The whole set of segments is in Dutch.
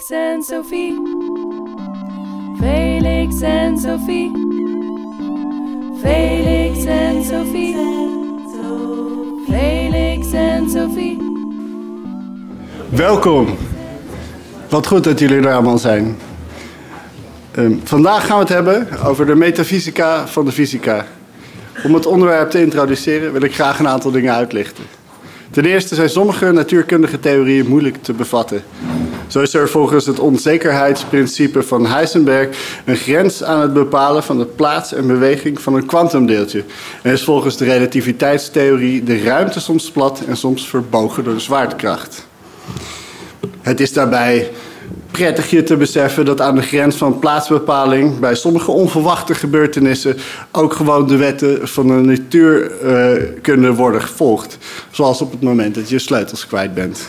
Felix en Sophie. Felix en Sophie. Felix en Sophie. Felix en Sophie. Welkom. Wat goed dat jullie er allemaal zijn. Vandaag gaan we het hebben over de metafysica van de fysica. Om het onderwerp te introduceren wil ik graag een aantal dingen uitlichten. Ten eerste zijn sommige natuurkundige theorieën moeilijk te bevatten. Zo is er volgens het onzekerheidsprincipe van Heisenberg een grens aan het bepalen van de plaats en beweging van een kwantumdeeltje. En is volgens de relativiteitstheorie de ruimte soms plat en soms verbogen door de zwaartekracht. Het is daarbij prettig je te beseffen dat aan de grens van plaatsbepaling bij sommige onverwachte gebeurtenissen ook gewoon de wetten van de natuurkunde worden gevolgd. Zoals op het moment dat je sleutels kwijt bent.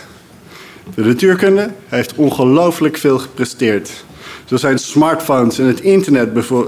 De natuurkunde heeft ongelooflijk veel gepresteerd. Zo zijn smartphones en het internet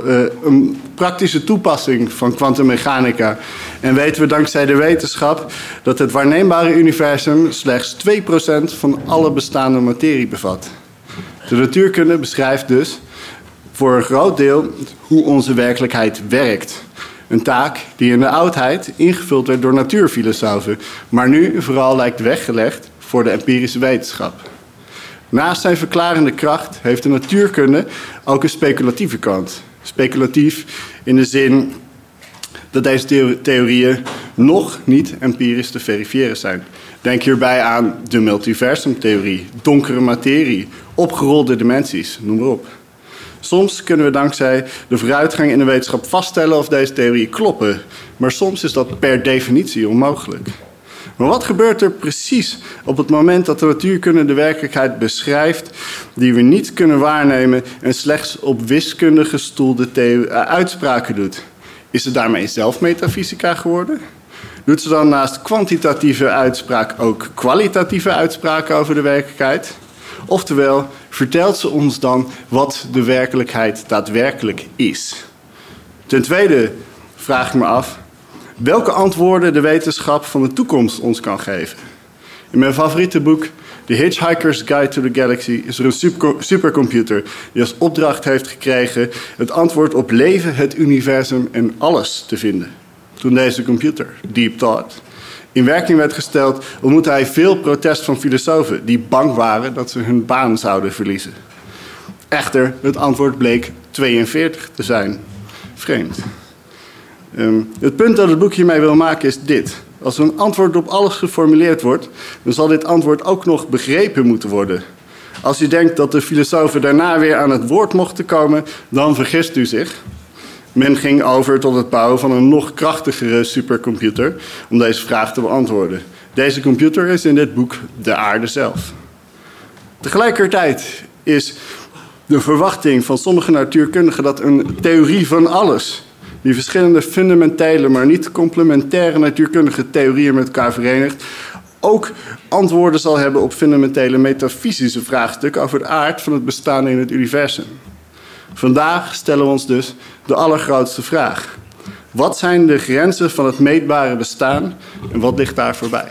een praktische toepassing van kwantummechanica. En weten we dankzij de wetenschap dat het waarneembare universum slechts 2% van alle bestaande materie bevat. De natuurkunde beschrijft dus voor een groot deel hoe onze werkelijkheid werkt. Een taak die in de oudheid ingevuld werd door natuurfilosofen, maar nu vooral lijkt weggelegd voor de empirische wetenschap. Naast zijn verklarende kracht heeft de natuurkunde ook een speculatieve kant. Speculatief in de zin dat deze theorieën nog niet empirisch te verifiëren zijn. Denk hierbij aan de multiversumtheorie, donkere materie, opgerolde dimensies, noem maar op. Soms kunnen we dankzij de vooruitgang in de wetenschap vaststellen of deze theorieën kloppen, maar soms is dat per definitie onmogelijk. Maar wat gebeurt er precies op het moment dat de natuurkunde de werkelijkheid beschrijft die we niet kunnen waarnemen en slechts op wiskunde gestoelde uitspraken doet? Is het daarmee zelf metafysica geworden? Doet ze dan naast kwantitatieve uitspraak ook kwalitatieve uitspraken over de werkelijkheid? Oftewel, vertelt ze ons dan wat de werkelijkheid daadwerkelijk is? Ten tweede vraag ik me af welke antwoorden de wetenschap van de toekomst ons kan geven. In mijn favoriete boek, The Hitchhiker's Guide to the Galaxy, is er een supercomputer die als opdracht heeft gekregen het antwoord op leven, het universum en alles te vinden. Toen deze computer, Deep Thought, in werking werd gesteld, ontmoette hij veel protest van filosofen die bang waren dat ze hun baan zouden verliezen. Echter, het antwoord bleek 42 te zijn. Vreemd. Het punt dat het boek hiermee wil maken is dit. Als een antwoord op alles geformuleerd wordt, dan zal dit antwoord ook nog begrepen moeten worden. Als u denkt dat de filosofen daarna weer aan het woord mochten komen, dan vergist u zich. Men ging over tot het bouwen van een nog krachtigere supercomputer om deze vraag te beantwoorden. Deze computer is in dit boek de aarde zelf. Tegelijkertijd is de verwachting van sommige natuurkundigen dat een theorie van alles, die verschillende fundamentele, maar niet complementaire natuurkundige theorieën met elkaar verenigt, ook antwoorden zal hebben op fundamentele metafysische vraagstukken over de aard van het bestaan in het universum. Vandaag stellen we ons dus de allergrootste vraag. Wat zijn de grenzen van het meetbare bestaan en wat ligt daar voorbij?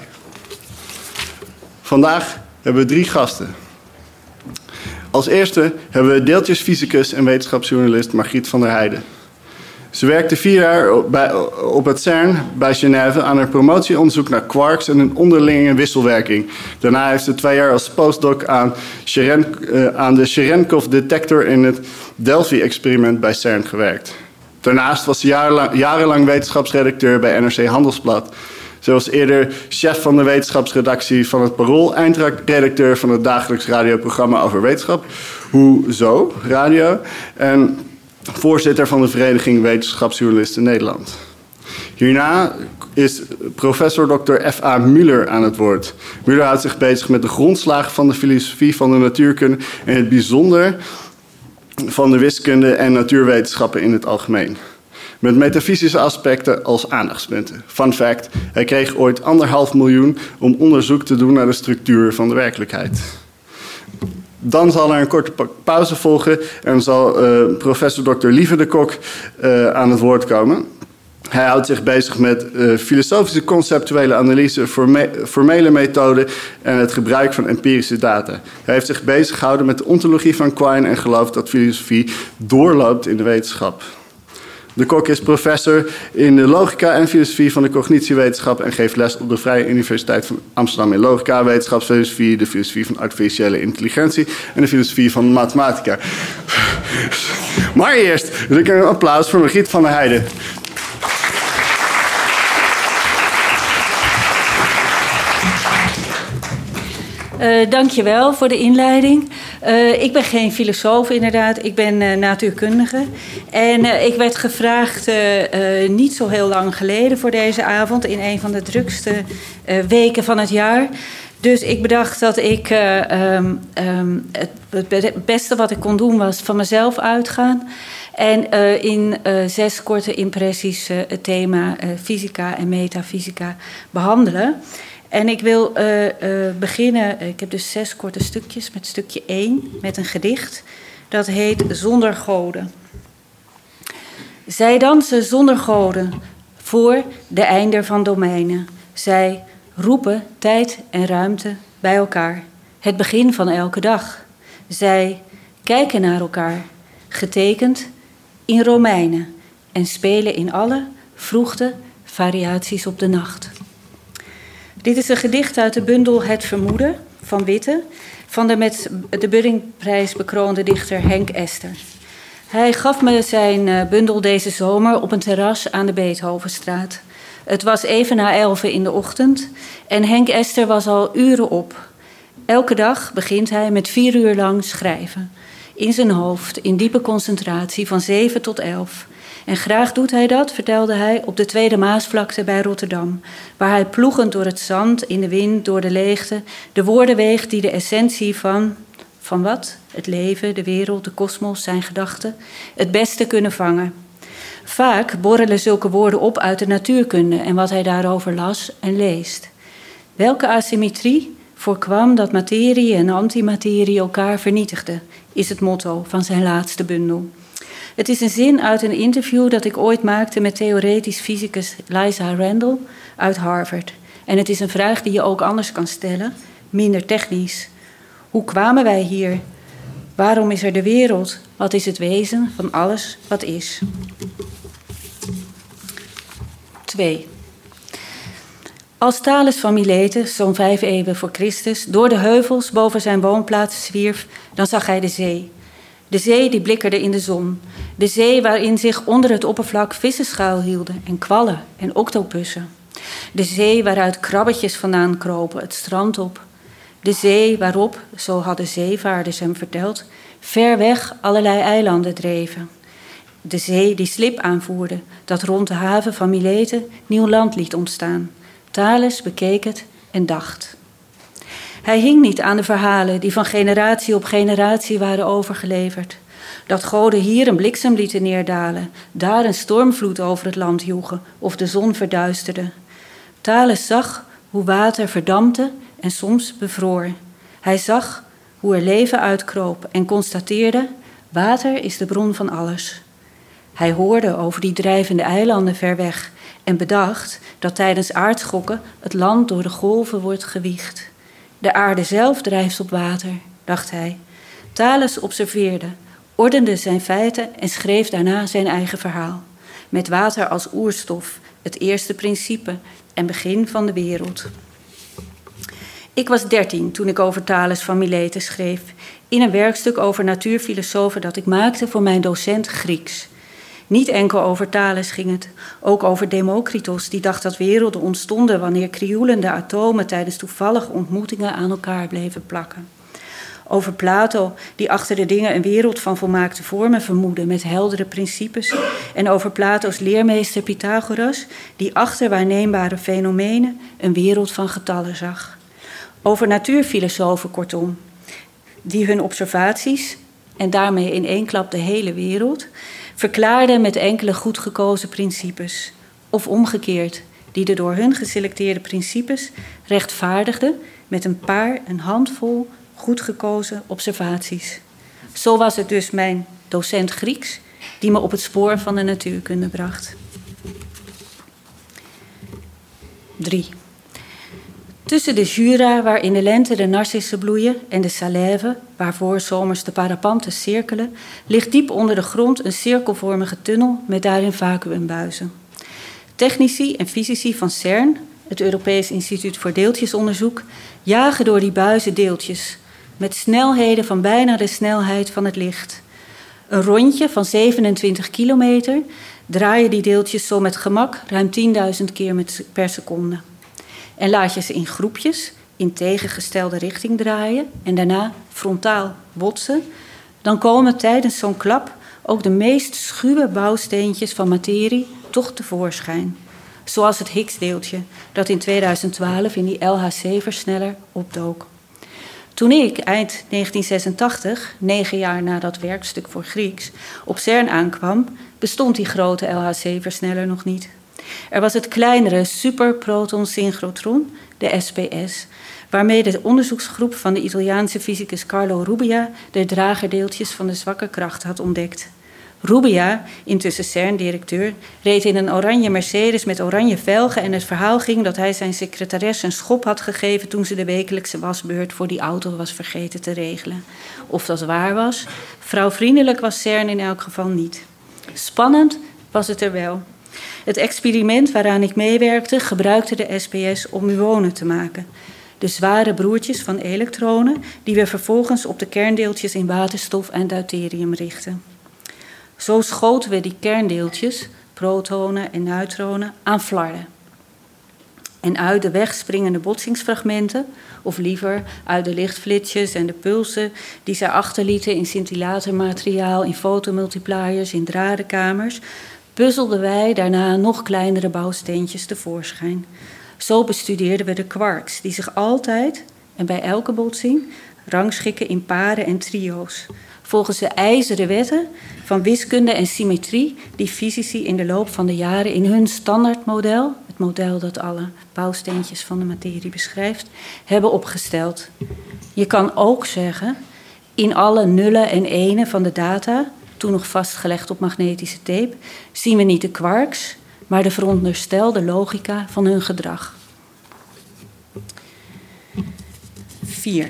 Vandaag hebben we 3 gasten. Als eerste hebben we deeltjesfysicus en wetenschapsjournalist Margriet van der Heijden. Ze werkte 4 jaar op het CERN bij Genève aan een promotieonderzoek naar quarks en een onderlinge wisselwerking. Daarna heeft ze 2 jaar als postdoc aan de Cherenkov-detector in het Delphi-experiment bij CERN gewerkt. Daarnaast was ze jarenlang wetenschapsredacteur bij NRC Handelsblad. Ze was eerder chef van de wetenschapsredactie van het Parool, eindredacteur van het dagelijks radioprogramma over wetenschap, Hoezo Radio, en voorzitter van de Vereniging Wetenschapsjournalisten Nederland. Hierna is professor Dr. F.A. Müller aan het woord. Müller houdt zich bezig met de grondslagen van de filosofie van de natuurkunde en het bijzonder van de wiskunde en natuurwetenschappen in het algemeen. Met metafysische aspecten als aandachtspunten. Fun fact, hij kreeg ooit 1,5 miljoen om onderzoek te doen naar de structuur van de werkelijkheid. Dan zal er een korte pauze volgen en zal professor Dr. Lieve de Kok aan het woord komen. Hij houdt zich bezig met filosofische conceptuele analyse, formele methoden en het gebruik van empirische data. Hij heeft zich bezig gehouden met de ontologie van Quine en gelooft dat filosofie doorloopt in de wetenschap. De Kok is professor in de logica en filosofie van de cognitiewetenschap en geeft les op de Vrije Universiteit van Amsterdam in logica, wetenschapsfilosofie, de filosofie van artificiële intelligentie en de filosofie van mathematica. Maar eerst wil ik een applaus voor Margriet van der Heijden. Dankjewel voor de inleiding. Ik ben geen filosoof inderdaad, ik ben natuurkundige. En ik werd gevraagd niet zo heel lang geleden voor deze avond... in een van de drukste weken van het jaar. Dus ik bedacht dat ik het beste wat ik kon doen was van mezelf uitgaan... En in 6 korte impressies het thema fysica en metafysica behandelen... En ik wil beginnen, ik heb dus 6 korte stukjes met stukje 1, met een gedicht. Dat heet Zonder Goden. Zij dansen zonder goden voor de einder van domeinen. Zij roepen tijd en ruimte bij elkaar. Het begin van elke dag. Zij kijken naar elkaar, getekend in Romeinen. En spelen in alle vroegte variaties op de nacht. Dit is een gedicht uit de bundel Het Vermoeden van Witte... van de met de Buddingprijs bekroonde dichter Henk Ester. Hij gaf me zijn bundel deze zomer op een terras aan de Beethovenstraat. Het was even na 11 in de ochtend en Henk Ester was al uren op. Elke dag begint hij met 4 uur lang schrijven. In zijn hoofd, in diepe concentratie van 7 tot 11... En graag doet hij dat, vertelde hij, op de Tweede Maasvlakte bij Rotterdam... waar hij ploegend door het zand, in de wind, door de leegte... de woorden weegt die de essentie van wat? Het leven, de wereld, de kosmos, zijn gedachten... het beste kunnen vangen. Vaak borrelen zulke woorden op uit de natuurkunde... en wat hij daarover las en leest. Welke asymmetrie voorkwam dat materie en antimaterie elkaar vernietigden... is het motto van zijn laatste bundel... Het is een zin uit een interview dat ik ooit maakte met theoretisch fysicus Liza Randall uit Harvard. En het is een vraag die je ook anders kan stellen, minder technisch. Hoe kwamen wij hier? Waarom is er de wereld? Wat is het wezen van alles wat is? 2. Als Thales van Miletus, zo'n 5 eeuwen voor Christus, door de heuvels boven zijn woonplaats zwierf, dan zag hij de zee. De zee die blikkerde in de zon. De zee waarin zich onder het oppervlak vissen schuilhielden en kwallen en octopussen. De zee waaruit krabbetjes vandaan kropen het strand op. De zee waarop, zo hadden zeevaarders hem verteld, ver weg allerlei eilanden dreven. De zee die slib aanvoerde, dat rond de haven van Miletus nieuw land liet ontstaan. Thales bekeek het en dacht. Hij hing niet aan de verhalen die van generatie op generatie waren overgeleverd. Dat goden hier een bliksem lieten neerdalen, daar een stormvloed over het land joegen of de zon verduisterde. Thales zag hoe water verdampte en soms bevroor. Hij zag hoe er leven uitkroop en constateerde: water is de bron van alles. Hij hoorde over die drijvende eilanden ver weg en bedacht dat tijdens aardschokken het land door de golven wordt gewiegd. De aarde zelf drijft op water, dacht hij. Thales observeerde, ordende zijn feiten en schreef daarna zijn eigen verhaal. Met water als oerstof, het eerste principe en begin van de wereld. Ik was 13 toen ik over Thales van Miletus schreef, in een werkstuk over natuurfilosofen dat ik maakte voor mijn docent Grieks. Niet enkel over Thales ging het, ook over Democritos, die dacht dat werelden ontstonden wanneer krioelende atomen tijdens toevallige ontmoetingen aan elkaar bleven plakken. Over Plato, die achter de dingen een wereld van volmaakte vormen vermoedde met heldere principes. En over Plato's leermeester Pythagoras, die achter waarneembare fenomenen een wereld van getallen zag. Over natuurfilosofen kortom, die hun observaties, en daarmee in één klap de hele wereld, verklaarden met enkele goed gekozen principes. Of omgekeerd, die de door hun geselecteerde principes rechtvaardigden met een handvol goed gekozen observaties. Zo was het dus mijn docent Grieks die me op het spoor van de natuurkunde bracht. 3. Tussen de Jura, waar in de lente de narcissen bloeien, en de Salève, waarvoor zomers de parapanten cirkelen, ligt diep onder de grond een cirkelvormige tunnel met daarin vacuümbuizen. Technici en fysici van CERN, het Europees Instituut voor Deeltjesonderzoek, jagen door die buizen deeltjes met snelheden van bijna de snelheid van het licht. Een rondje van 27 kilometer draaien die deeltjes zo met gemak ruim 10.000 keer per seconde. En laat je ze in groepjes in tegengestelde richting draaien en daarna frontaal botsen, dan komen tijdens zo'n klap ook de meest schuwe bouwsteentjes van materie toch tevoorschijn. Zoals het Higgs-deeltje dat in 2012 in die LHC-versneller opdook. Toen ik eind 1986, 9 jaar na dat werkstuk voor Grieks, op CERN aankwam, bestond die grote LHC-versneller nog niet. Er was het kleinere superproton-synchrotron, de SPS, waarmee de onderzoeksgroep van de Italiaanse fysicus Carlo Rubbia de dragerdeeltjes van de zwakke kracht had ontdekt. Rubbia, intussen CERN-directeur, reed in een oranje Mercedes met oranje velgen en het verhaal ging dat hij zijn secretares een schop had gegeven toen ze de wekelijkse wasbeurt voor die auto was vergeten te regelen. Of dat waar was, vrouwvriendelijk was CERN in elk geval niet. Spannend was het er wel. Het experiment waaraan ik meewerkte gebruikte de SPS om muonen te maken. De zware broertjes van elektronen die we vervolgens op de kerndeeltjes in waterstof en deuterium richten. Zo schoten we die kerndeeltjes, protonen en neutronen, aan flarden. En uit de wegspringende botsingsfragmenten, of liever uit de lichtflitsjes en de pulsen die zij achterlieten in scintillatormateriaal, in fotomultipliers, in dradenkamers, puzzelden wij daarna nog kleinere bouwsteentjes tevoorschijn. Zo bestudeerden we de quarks, die zich altijd en bij elke botsing rangschikken in paren en trio's. Volgens de ijzeren wetten van wiskunde en symmetrie die fysici in de loop van de jaren in hun standaardmodel, het model dat alle bouwsteentjes van de materie beschrijft, hebben opgesteld. Je kan ook zeggen, in alle nullen en enen van de data, toen nog vastgelegd op magnetische tape, zien we niet de quarks, maar de veronderstelde logica van hun gedrag. 4.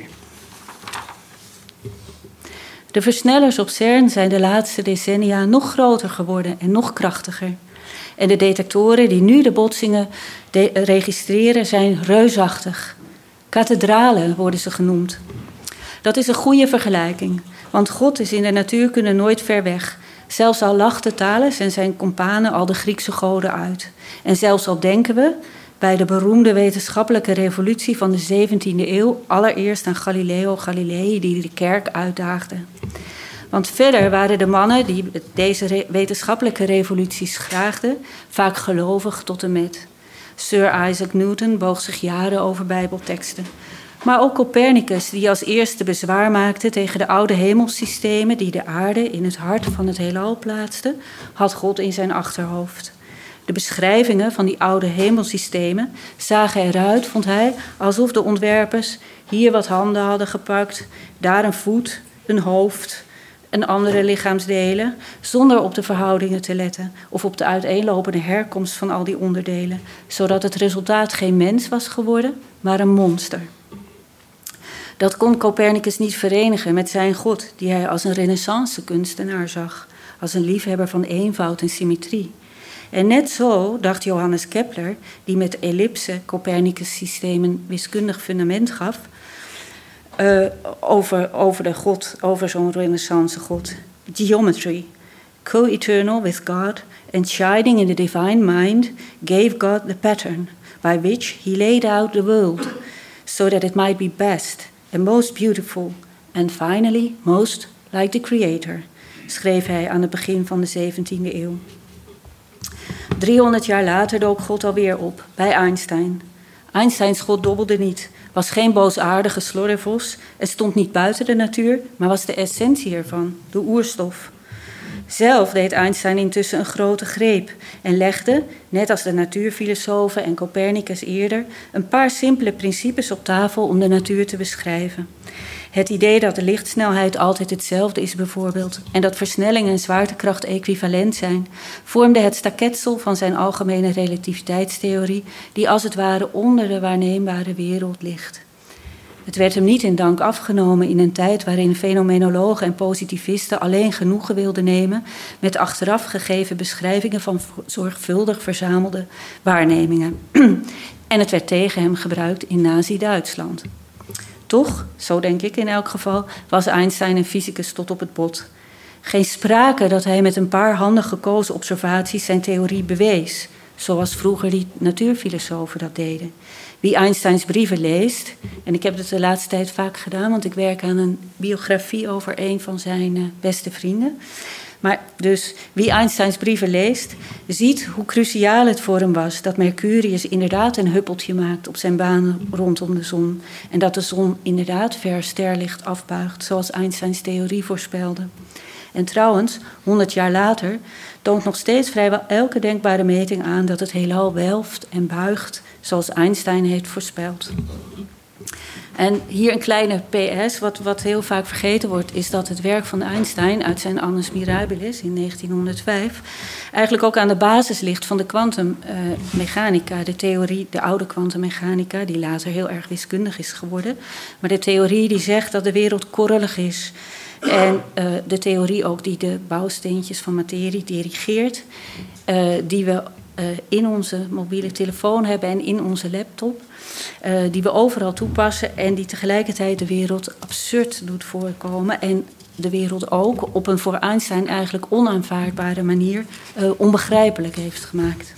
De versnellers op CERN zijn de laatste decennia nog groter geworden en nog krachtiger. En de detectoren die nu de botsingen registreren zijn reusachtig. Kathedralen worden ze genoemd. Dat is een goede vergelijking, want God is in de natuurkunde nooit ver weg. Zelfs al lachten Thales en zijn companen al de Griekse goden uit. En zelfs al denken we bij de beroemde wetenschappelijke revolutie van de 17e eeuw allereerst aan Galileo Galilei die de kerk uitdaagde. Want verder waren de mannen die deze wetenschappelijke revoluties schraagden vaak gelovig tot en met. Sir Isaac Newton boog zich jaren over bijbelteksten. Maar ook Copernicus, die als eerste bezwaar maakte tegen de oude hemelsystemen die de aarde in het hart van het heelal plaatsten, had God in zijn achterhoofd. De beschrijvingen van die oude hemelsystemen zagen eruit, vond hij, alsof de ontwerpers hier wat handen hadden gepakt, daar een voet, een hoofd en andere lichaamsdelen, zonder op de verhoudingen te letten of op de uiteenlopende herkomst van al die onderdelen, zodat het resultaat geen mens was geworden, maar een monster. Dat kon Copernicus niet verenigen met zijn God, die hij als een renaissance-kunstenaar zag, als een liefhebber van eenvoud en symmetrie. En net zo dacht Johannes Kepler, die met ellipse Copernicus systemen wiskundig fundament gaf, over de God, over zo'n renaissance God. Geometry, co-eternal with God and shining in the divine mind, gave God the pattern by which he laid out the world, so that it might be best and most beautiful and finally most like the Creator, schreef hij aan het begin van de 17e eeuw. 300 jaar later dook God alweer op, bij Einstein. Einsteins God dobbelde niet, was geen boosaardige slorrevos en stond niet buiten de natuur, maar was de essentie ervan, de oerstof. Zelf deed Einstein intussen een grote greep en legde, net als de natuurfilosofen en Copernicus eerder, een paar simpele principes op tafel om de natuur te beschrijven. Het idee dat de lichtsnelheid altijd hetzelfde is bijvoorbeeld en dat versnelling en zwaartekracht equivalent zijn, vormde het staketsel van zijn algemene relativiteitstheorie die als het ware onder de waarneembare wereld ligt. Het werd hem niet in dank afgenomen in een tijd waarin fenomenologen en positivisten alleen genoegen wilden nemen met achteraf gegeven beschrijvingen van zorgvuldig verzamelde waarnemingen. En het werd tegen hem gebruikt in Nazi-Duitsland. Toch, zo denk ik in elk geval, was Einstein een fysicus tot op het bot. Geen sprake dat hij met een paar handig gekozen observaties zijn theorie bewees, zoals vroeger die natuurfilosofen dat deden. Wie Einsteins brieven leest, en ik heb het de laatste tijd vaak gedaan, want ik werk aan een biografie over een van zijn beste vrienden. Maar dus wie Einsteins brieven leest, ziet hoe cruciaal het voor hem was dat Mercurius inderdaad een huppeltje maakt op zijn baan rondom de zon. En dat de zon inderdaad ver sterlicht afbuigt, zoals Einsteins theorie voorspelde. En trouwens, 100 jaar later toont nog steeds vrijwel elke denkbare meting aan dat het heelal welft en buigt, zoals Einstein heeft voorspeld. En hier een kleine PS, wat heel vaak vergeten wordt, is dat het werk van Einstein uit zijn Annus Mirabilis in 1905 eigenlijk ook aan de basis ligt van de kwantummechanica, de theorie, de oude kwantummechanica, die later heel erg wiskundig is geworden. Maar de theorie die zegt dat de wereld korrelig is. En de theorie ook die de bouwsteentjes van materie dirigeert, die we in onze mobiele telefoon hebben en in onze laptop, die we overal toepassen en die tegelijkertijd de wereld absurd doet voorkomen en de wereld ook op een voor Einstein eigenlijk onaanvaardbare manier onbegrijpelijk heeft gemaakt.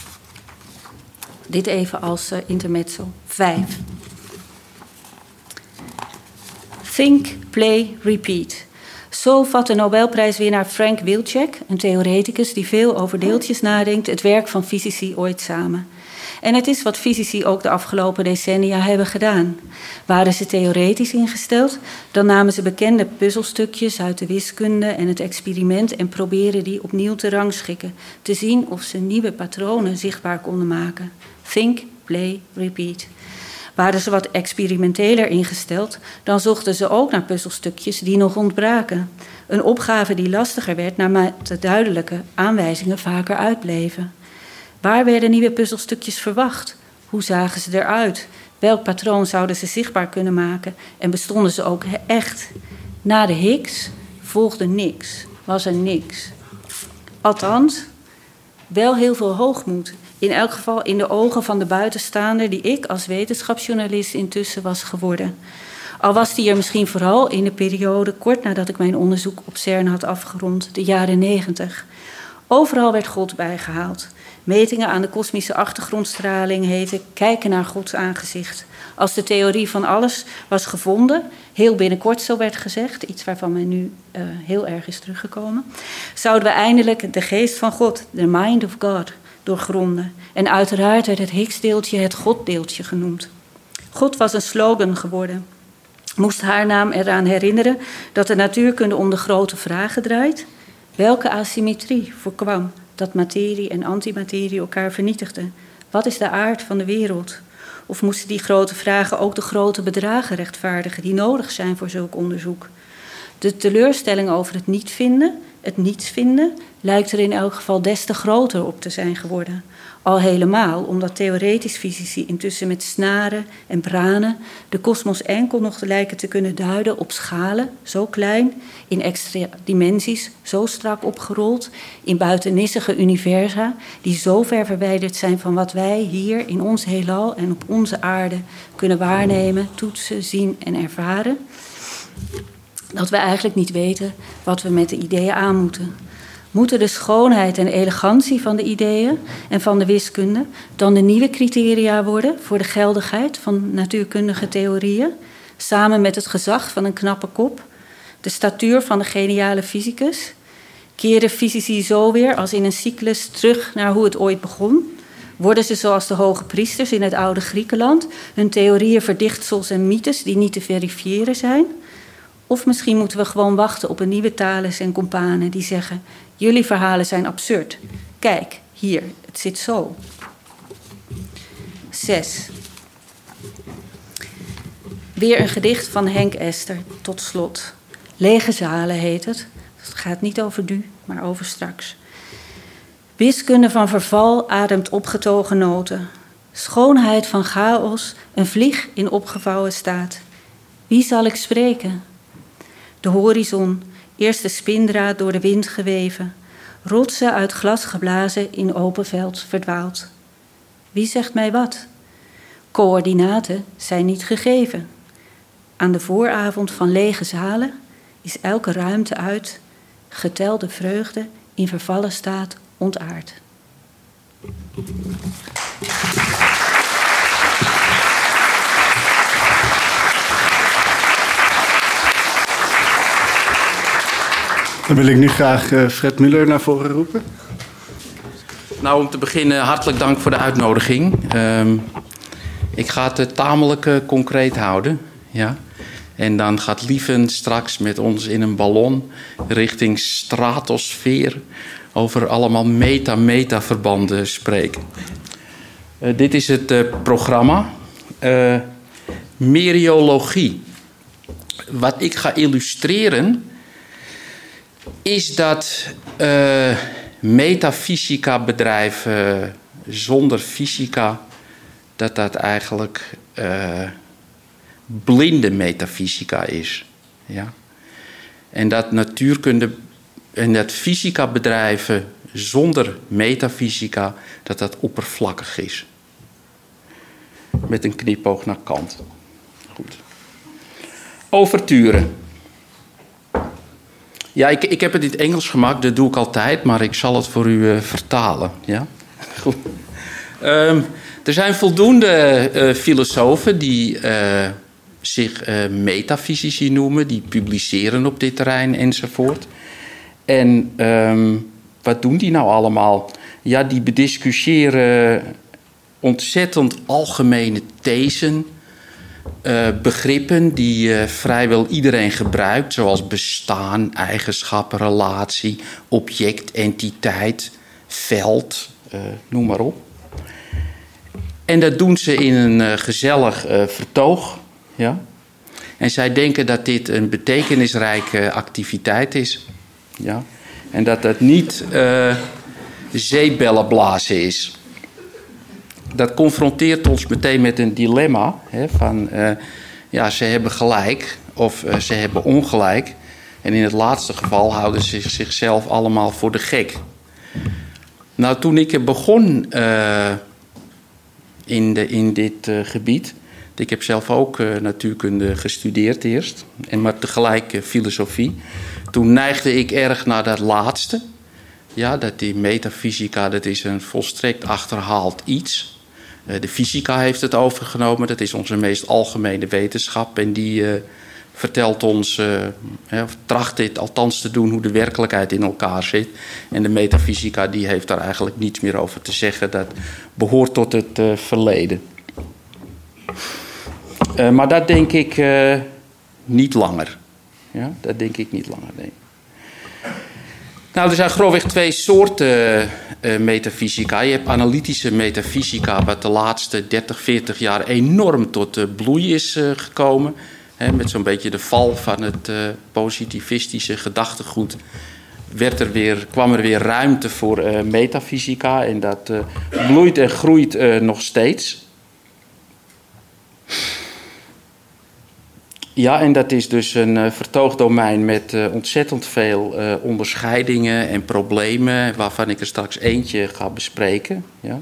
Dit even als intermezzo. 5. Think, play, repeat. Zo vat de Nobelprijswinnaar Frank Wilczek, een theoreticus die veel over deeltjes nadenkt, het werk van fysici ooit samen. En het is wat fysici ook de afgelopen decennia hebben gedaan. Waren ze theoretisch ingesteld, dan namen ze bekende puzzelstukjes uit de wiskunde en het experiment en probeerden die opnieuw te rangschikken, te zien of ze nieuwe patronen zichtbaar konden maken. Think, play, repeat. Waren ze wat experimenteler ingesteld, dan zochten ze ook naar puzzelstukjes die nog ontbraken. Een opgave die lastiger werd naarmate duidelijke aanwijzingen vaker uitbleven. Waar werden nieuwe puzzelstukjes verwacht? Hoe zagen ze eruit? Welk patroon zouden ze zichtbaar kunnen maken? En bestonden ze ook echt? Na de Higgs volgde niks, was er niks. Althans, wel heel veel hoogmoed. In elk geval in de ogen van de buitenstaander die ik als wetenschapsjournalist intussen was geworden. Al was die er misschien vooral in de periode kort nadat ik mijn onderzoek op CERN had afgerond, de jaren 90. Overal werd God bijgehaald. Metingen aan de kosmische achtergrondstraling heten kijken naar Gods aangezicht. Als de theorie van alles was gevonden, heel binnenkort zo werd gezegd, iets waarvan men nu heel erg is teruggekomen, zouden we eindelijk de geest van God, the mind of God, doorgronden. En uiteraard werd het Higgs-deeltje het Goddeeltje genoemd. God was een slogan geworden. Moest haar naam eraan herinneren dat de natuurkunde om de grote vragen draait? Welke asymmetrie voorkwam dat materie en antimaterie elkaar vernietigden? Wat is de aard van de wereld? Of moesten die grote vragen ook de grote bedragen rechtvaardigen die nodig zijn voor zulk onderzoek? De teleurstelling over het niet vinden, het niets vinden, lijkt er in elk geval des te groter op te zijn geworden. Al helemaal omdat theoretisch fysici intussen met snaren en branen de kosmos enkel nog lijken te kunnen duiden op schalen, zo klein, in extra dimensies, zo strak opgerold, in buitennissige universa, die zo ver verwijderd zijn van wat wij hier in ons heelal en op onze aarde kunnen waarnemen, toetsen, zien en ervaren, dat we eigenlijk niet weten wat we met de ideeën aan moeten. Moeten de schoonheid en elegantie van de ideeën en van de wiskunde dan de nieuwe criteria worden voor de geldigheid van natuurkundige theorieën, samen met het gezag van een knappe kop, de statuur van de geniale fysicus? Keren fysici zo weer als in een cyclus terug naar hoe het ooit begon? Worden ze zoals de hoge priesters in het oude Griekenland, hun theorieën verdichtsels en mythes die niet te verifiëren zijn? Of misschien moeten we gewoon wachten op een nieuwe Thales en Companen die zeggen: jullie verhalen zijn absurd. Kijk, hier, het zit zo. 6. Weer een gedicht van Henk Ester, tot slot. Lege zalen heet het. Het gaat niet over nu, maar over straks. Wiskunde van verval ademt opgetogen noten. Schoonheid van chaos, een vlieg in opgevouwen staat. Wie zal ik spreken? De horizon, eerst de spindraad door de wind geweven. Rotsen uit glas geblazen in open veld verdwaald. Wie zegt mij wat? Coördinaten zijn niet gegeven. Aan de vooravond van lege zalen is elke ruimte uit, getelde vreugde in vervallen staat ontaard. Dan wil ik nu graag Fred Muller naar voren roepen. Nou, om te beginnen, hartelijk dank voor de uitnodiging. Ik ga het tamelijk concreet houden. Ja? En dan gaat Lieven straks met ons in een ballon richting stratosfeer over allemaal meta-verbanden spreken. Dit is het programma. Meriologie. Wat ik ga illustreren is dat metafysica bedrijven zonder fysica, dat eigenlijk blinde metafysica is. Ja? En dat natuurkunde en dat fysica bedrijven zonder metafysica, dat oppervlakkig is. Met een knipoog naar Kant. Goed. Overturen. Ja, ik heb het in het Engels gemaakt, dat doe ik altijd, maar ik zal het voor u vertalen. Ja? Goed. Er zijn voldoende filosofen die zich metafysici noemen, die publiceren op dit terrein enzovoort. En wat doen die nou allemaal? Ja, die bediscussiëren ontzettend algemene thesen, begrippen die vrijwel iedereen gebruikt, zoals bestaan, eigenschappen, relatie, object, entiteit, veld, noem maar op. En dat doen ze in een gezellig vertoog. Ja? En zij denken dat dit een betekenisrijke activiteit is. Ja? En dat dat niet zeebellen blazen is. Dat confronteert ons meteen met een dilemma. Hè, van, ja, ze hebben gelijk of ze hebben ongelijk. En in het laatste geval houden ze zichzelf allemaal voor de gek. Nou, toen ik begon in dit gebied. Ik heb zelf ook natuurkunde gestudeerd eerst. Maar tegelijk filosofie. Toen neigde ik erg naar dat laatste. Ja, dat die metafysica, dat is een volstrekt achterhaald iets. De fysica heeft het overgenomen. Dat is onze meest algemene wetenschap. En die vertelt ons, of tracht dit althans te doen, hoe de werkelijkheid in elkaar zit. En de metafysica die heeft daar eigenlijk niets meer over te zeggen. Dat behoort tot het verleden. Maar dat denk ik niet langer. Ja, dat denk ik niet langer, nee. Nou, er zijn grofweg twee soorten metafysica. Je hebt analytische metafysica, wat de laatste 30, 40 jaar enorm tot bloei is gekomen. Met zo'n beetje de val van het positivistische gedachtegoed kwam er weer ruimte voor metafysica. En dat bloeit en groeit nog steeds. Ja, en dat is dus een vertoogdomein met ontzettend veel onderscheidingen en problemen, waarvan ik er straks eentje ga bespreken. Ja.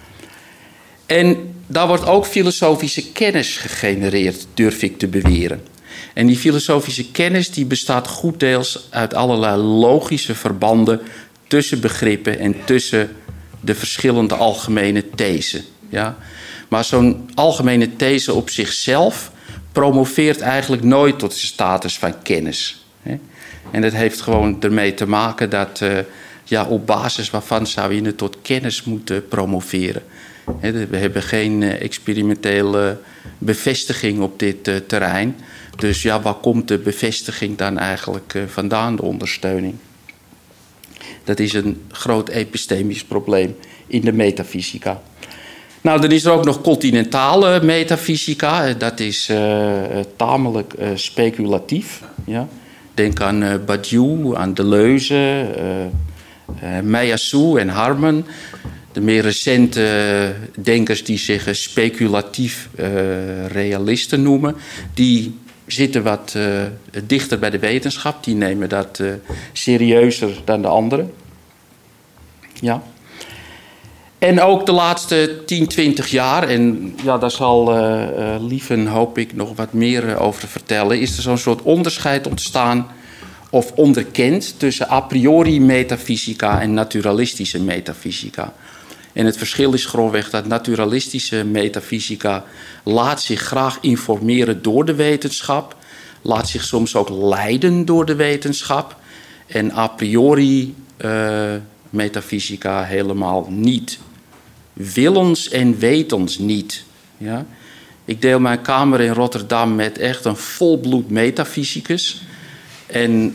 En daar wordt ook filosofische kennis gegenereerd, durf ik te beweren. En die filosofische kennis die bestaat goeddeels uit allerlei logische verbanden tussen begrippen en tussen de verschillende algemene thesen. Ja. Maar zo'n algemene these op zichzelf promoveert eigenlijk nooit tot de status van kennis. En dat heeft gewoon ermee te maken dat op basis waarvan zou je het tot kennis moeten promoveren. We hebben geen experimentele bevestiging op dit terrein. Dus ja, waar komt de bevestiging dan eigenlijk vandaan, de ondersteuning? Dat is een groot epistemisch probleem in de metafysica. Nou, dan is er ook nog continentale metafysica. Dat is tamelijk speculatief. Ja. Denk aan Badiou, aan Deleuze, Meillassoux en Harman. De meer recente denkers die zich speculatief realisten noemen, die zitten wat dichter bij de wetenschap. Die nemen dat serieuzer dan de anderen. Ja. En ook de laatste 10, 20 jaar, en ja, daar zal Lieven, hoop ik, nog wat meer over vertellen, is er zo'n soort onderscheid ontstaan of onderkend tussen a priori metafysica en naturalistische metafysica. En het verschil is grofweg dat naturalistische metafysica laat zich graag informeren door de wetenschap, laat zich soms ook leiden door de wetenschap, en a priori metafysica helemaal niet. Willens en wetens niet. Ja? Ik deel mijn kamer in Rotterdam met echt een volbloed metafysicus. En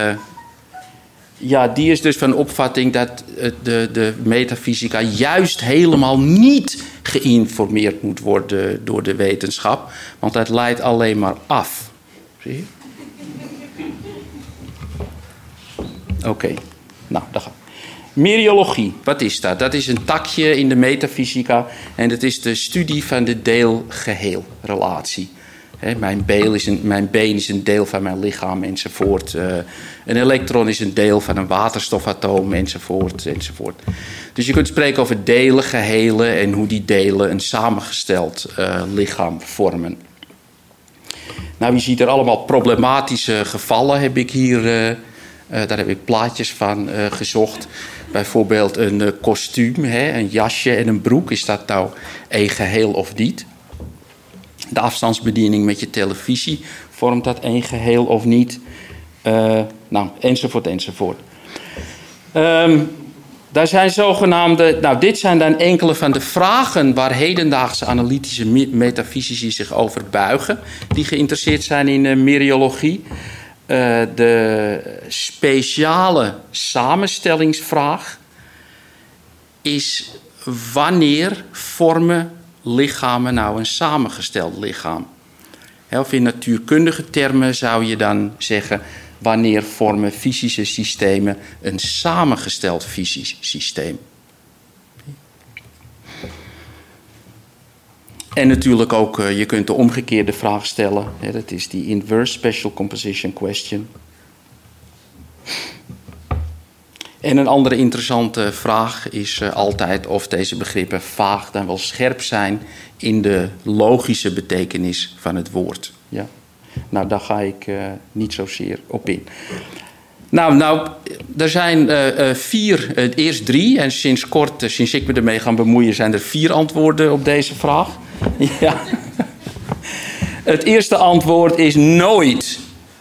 ja, die is dus van opvatting dat de metafysica juist helemaal niet geïnformeerd moet worden door de wetenschap. Want dat leidt alleen maar af. Zie je? Oké. Nou, daar gaan we. Meriologie, wat is dat? Dat is een takje in de metafysica en dat is de studie van de deel-geheel-relatie. Mijn been is een deel van mijn lichaam enzovoort. Een elektron is een deel van een waterstofatoom enzovoort enzovoort. Dus je kunt spreken over delen, gehelen en hoe die delen een samengesteld lichaam vormen. Nou, je ziet er allemaal problematische gevallen, heb ik hier. Daar heb ik plaatjes van gezocht. Bijvoorbeeld een kostuum, een jasje en een broek. Is dat nou één geheel of niet? De afstandsbediening met je televisie, vormt dat één geheel of niet? Nou, enzovoort, enzovoort. Daar zijn zogenaamde... Nou, dit zijn dan enkele van de vragen waar hedendaagse analytische metafysici zich over buigen, die geïnteresseerd zijn in meriologie. De speciale samenstellingsvraag is: wanneer vormen lichamen nou een samengesteld lichaam? Of in natuurkundige termen zou je dan zeggen: wanneer vormen fysische systemen een samengesteld fysisch systeem? En natuurlijk ook, je kunt de omgekeerde vraag stellen. Dat is die inverse special composition question. En een andere interessante vraag is altijd of deze begrippen vaag dan wel scherp zijn in de logische betekenis van het woord. Ja? Nou, daar ga ik niet zozeer op in. Nou, er zijn eerst 3. En sinds kort, sinds ik me ermee ga bemoeien, zijn er 4 antwoorden op deze vraag. Ja. Het eerste antwoord is nooit.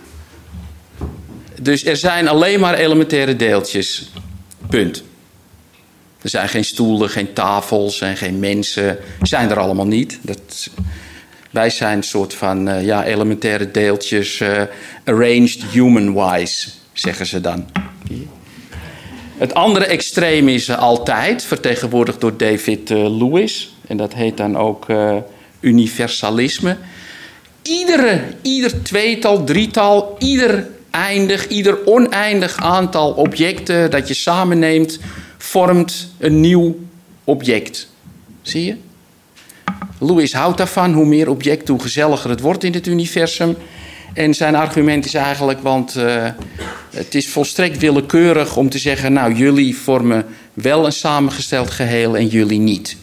Dus er zijn alleen maar elementaire deeltjes. Punt. Er zijn geen stoelen, geen tafels en geen mensen. Zijn er allemaal niet. Wij zijn een soort van elementaire deeltjes. Arranged human-wise, zeggen ze dan. Het andere extreem is altijd, vertegenwoordigd door David Lewis. En dat heet dan ook universalisme. Ieder tweetal, drietal, ieder oneindig aantal objecten dat je samenneemt, vormt een nieuw object. Zie je? Lewis houdt daarvan. Hoe meer objecten, hoe gezelliger het wordt in het universum. En zijn argument is eigenlijk, want het is volstrekt willekeurig om te zeggen, nou, jullie vormen wel een samengesteld geheel en jullie niet.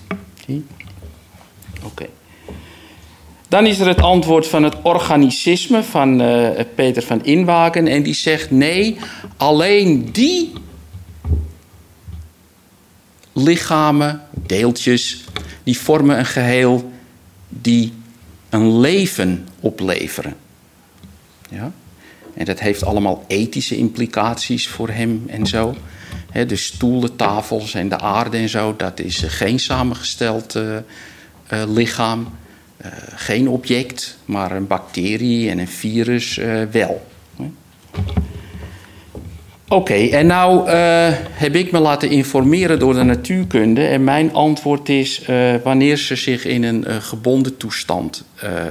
Oké. Dan is er het antwoord van het organicisme van Peter van Inwagen. En die zegt nee, alleen die lichamen, deeltjes, die vormen een geheel die een leven opleveren. Ja? En dat heeft allemaal ethische implicaties voor hem en zo. De stoelen, tafels en de aarde en zo, dat is geen samengesteld lichaam. geen object, maar een bacterie en een virus wel. Oké, en nou heb ik me laten informeren door de natuurkunde. En mijn antwoord is wanneer ze zich in een gebonden toestand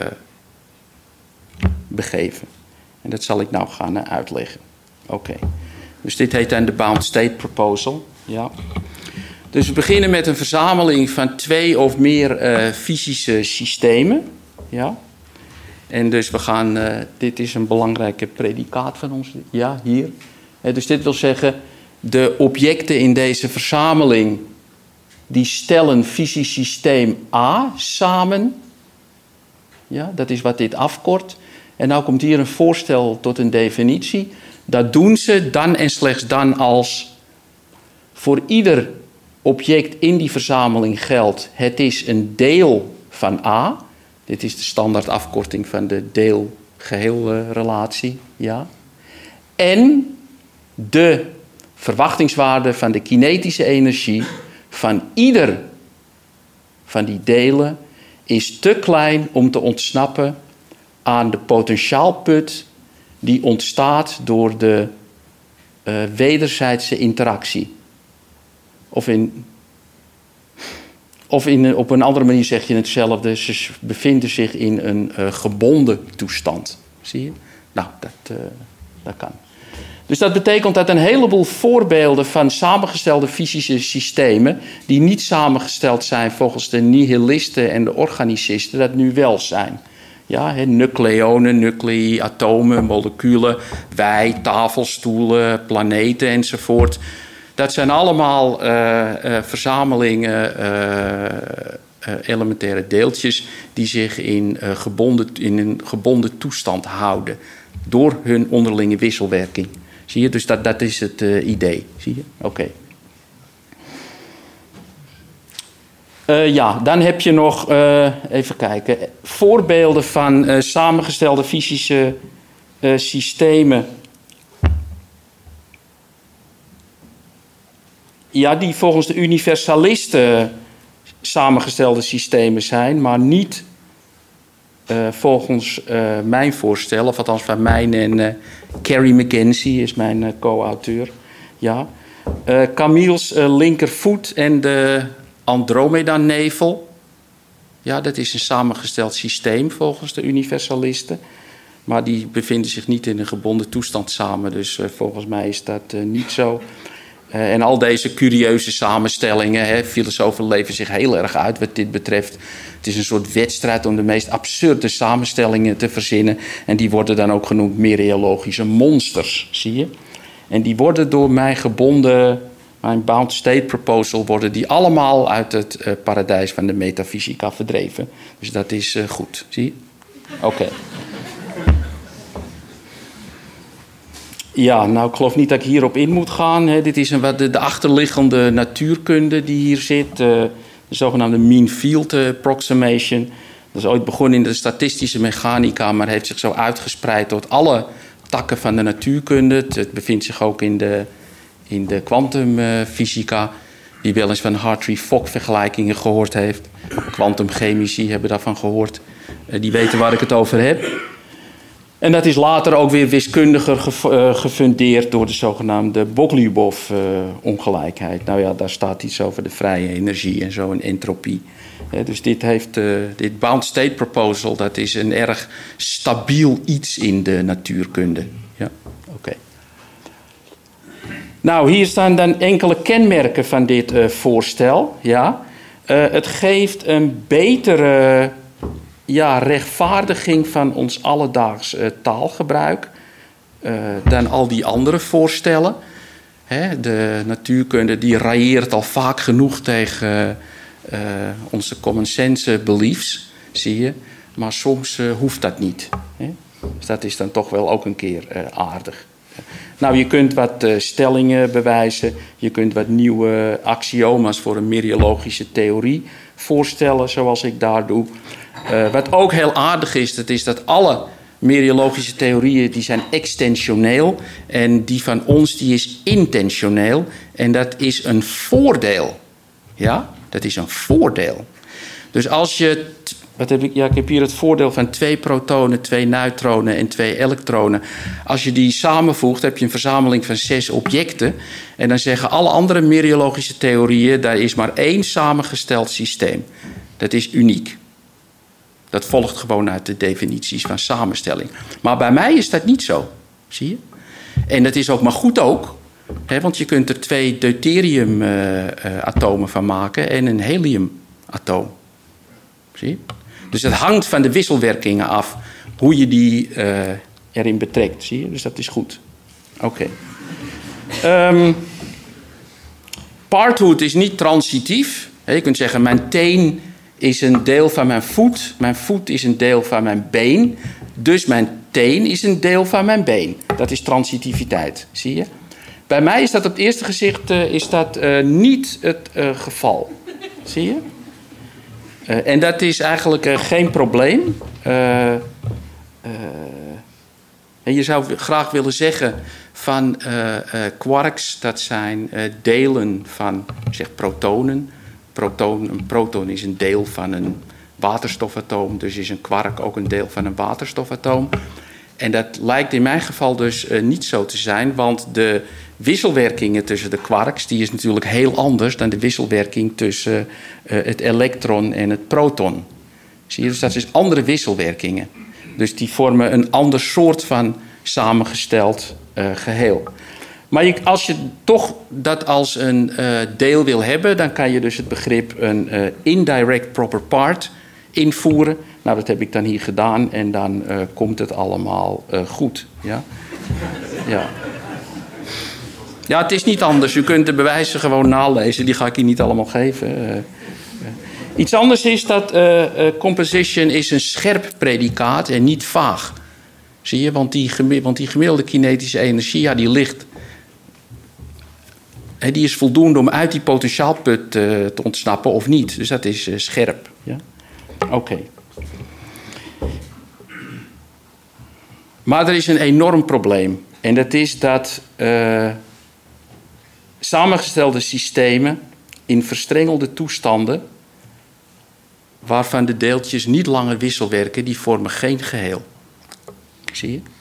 begeven. En dat zal ik nou gaan uitleggen. Oké. Dus dit heet dan de Bound State Proposal. Ja. Dus we beginnen met een verzameling van 2 of meer fysische systemen. Ja. En dus we gaan... dit is een belangrijke predicaat van ons. Ja, hier. Dus dit wil zeggen... de objecten in deze verzameling... die stellen fysisch systeem A samen. Ja, dat is wat dit afkort. En nou komt hier een voorstel tot een definitie. Dat doen ze dan en slechts dan als... voor ieder object in die verzameling geldt... het is een deel van A. Dit is de standaard afkorting van de deel-geheel-relatie. Ja. En de verwachtingswaarde van de kinetische energie... van ieder van die delen... is te klein om te ontsnappen aan de potentiaalput... die ontstaat door de wederzijdse interactie. Op een andere manier zeg je hetzelfde. Ze bevinden zich in een gebonden toestand. Zie je? Nou, dat kan. Dus dat betekent dat een heleboel voorbeelden van samengestelde fysische systemen... die niet samengesteld zijn volgens de nihilisten en de organicisten... dat nu wel zijn. Ja, nucleonen, nuclei, atomen, moleculen, wij, tafelstoelen, planeten enzovoort. Dat zijn allemaal verzamelingen elementaire deeltjes die zich in een gebonden toestand houden. Door hun onderlinge wisselwerking. Zie je? Dus dat is het idee. Zie je? Oké. Ja, dan heb je nog, even kijken, voorbeelden van samengestelde fysische systemen. Ja, die volgens de universalisten samengestelde systemen zijn, maar niet volgens mijn voorstel, of althans van mijn en Carrie McKenzie is mijn co-auteur. Ja. Camille's linkervoet en de Andromeda-nevel. Ja, dat is een samengesteld systeem volgens de universalisten. Maar die bevinden zich niet in een gebonden toestand samen. Dus volgens mij is dat niet zo. En al deze curieuze samenstellingen, filosofen leven zich heel erg uit wat dit betreft. Het is een soort wedstrijd om de meest absurde samenstellingen te verzinnen. En die worden dan ook genoemd mereologische monsters, zie je. En die worden door mijn Bound State Proposal, worden die allemaal uit het paradijs van de metafysica verdreven. Dus dat is goed, zie je? Oké. Ja, nou ik geloof niet dat ik hierop in moet gaan. Dit is de achterliggende natuurkunde die hier zit. De zogenaamde mean field approximation. Dat is ooit begonnen in de statistische mechanica, maar heeft zich zo uitgespreid tot alle takken van de natuurkunde. Het bevindt zich ook in de kwantumfysica. Wie wel eens van Hartree-Fock vergelijkingen gehoord heeft. Kwantumchemici hebben daarvan gehoord. Die weten waar ik het over heb. En dat is later ook weer wiskundiger gefundeerd door de zogenaamde Bogoliubov-ongelijkheid. Nou ja, daar staat iets over de vrije energie en zo, en entropie. Dus dit Bound State Proposal, dat is een erg stabiel iets in de natuurkunde. Ja, oké. Nou, hier staan dan enkele kenmerken van dit voorstel. Ja. Het geeft een betere rechtvaardiging van ons alledaags taalgebruik dan al die andere voorstellen. De natuurkunde die railleert al vaak genoeg tegen onze common sense beliefs, zie je. Maar soms hoeft dat niet. Dus dat is dan toch wel ook een keer aardig. Nou, je kunt wat stellingen bewijzen. Je kunt wat nieuwe axioma's voor een mereologische theorie voorstellen, zoals ik daar doe. Wat ook heel aardig is, dat is dat alle mereologische theorieën die zijn extensioneel. En die van ons die is intentioneel. En dat is een voordeel. Ja, dat is een voordeel. Dus als je wat heb ik? Ja, ik heb hier het voordeel van 2 protonen, 2 neutronen en 2 elektronen. Als je die samenvoegt, heb je een verzameling van 6 objecten. En dan zeggen alle andere mereologische theorieën, daar is maar 1 samengesteld systeem. Dat is uniek. Dat volgt gewoon uit de definities van samenstelling. Maar bij mij is dat niet zo. Zie je? En dat is ook maar goed ook. Hè, want je kunt er 2 deuterium-atomen van maken en een helium-atoom. Zie je? Dus het hangt van de wisselwerkingen af. Hoe je die erin betrekt. Zie je? Dus dat is goed. Oké. Partoot is niet transitief. Je kunt zeggen, mijn teen is een deel van mijn voet. Mijn voet is een deel van mijn been. Dus mijn teen is een deel van mijn been. Dat is transitiviteit. Zie je? Bij mij is dat op het eerste gezicht niet het geval. Zie je? En dat is eigenlijk geen probleem. Je zou graag willen zeggen van quarks, dat zijn delen van zeg, protonen. Een proton is een deel van een waterstofatoom, dus is een quark ook een deel van een waterstofatoom. En dat lijkt in mijn geval dus niet zo te zijn, want de wisselwerkingen tussen de quarks, die is natuurlijk heel anders dan de wisselwerking tussen het elektron en het proton. Zie je, dus dat is andere wisselwerkingen. Dus die vormen een ander soort van samengesteld geheel. Maar als je toch dat als een deel wil hebben, dan kan je dus het begrip een indirect proper part invoeren. Nou, dat heb ik dan hier gedaan en dan komt het allemaal goed. Ja? Ja. Ja, het is niet anders. U kunt de bewijzen gewoon nalezen. Die ga ik hier niet allemaal geven. Iets anders is dat composition is een scherp predicaat en niet vaag. Zie je? Want die gemiddelde kinetische energie, ja, die ligt. Die is voldoende om uit die potentiaalput te ontsnappen of niet. Dus dat is scherp. Ja? Oké. Maar er is een enorm probleem. En dat is dat samengestelde systemen in verstrengelde toestanden, waarvan de deeltjes niet langer wisselwerken, die vormen geen geheel. Zie je?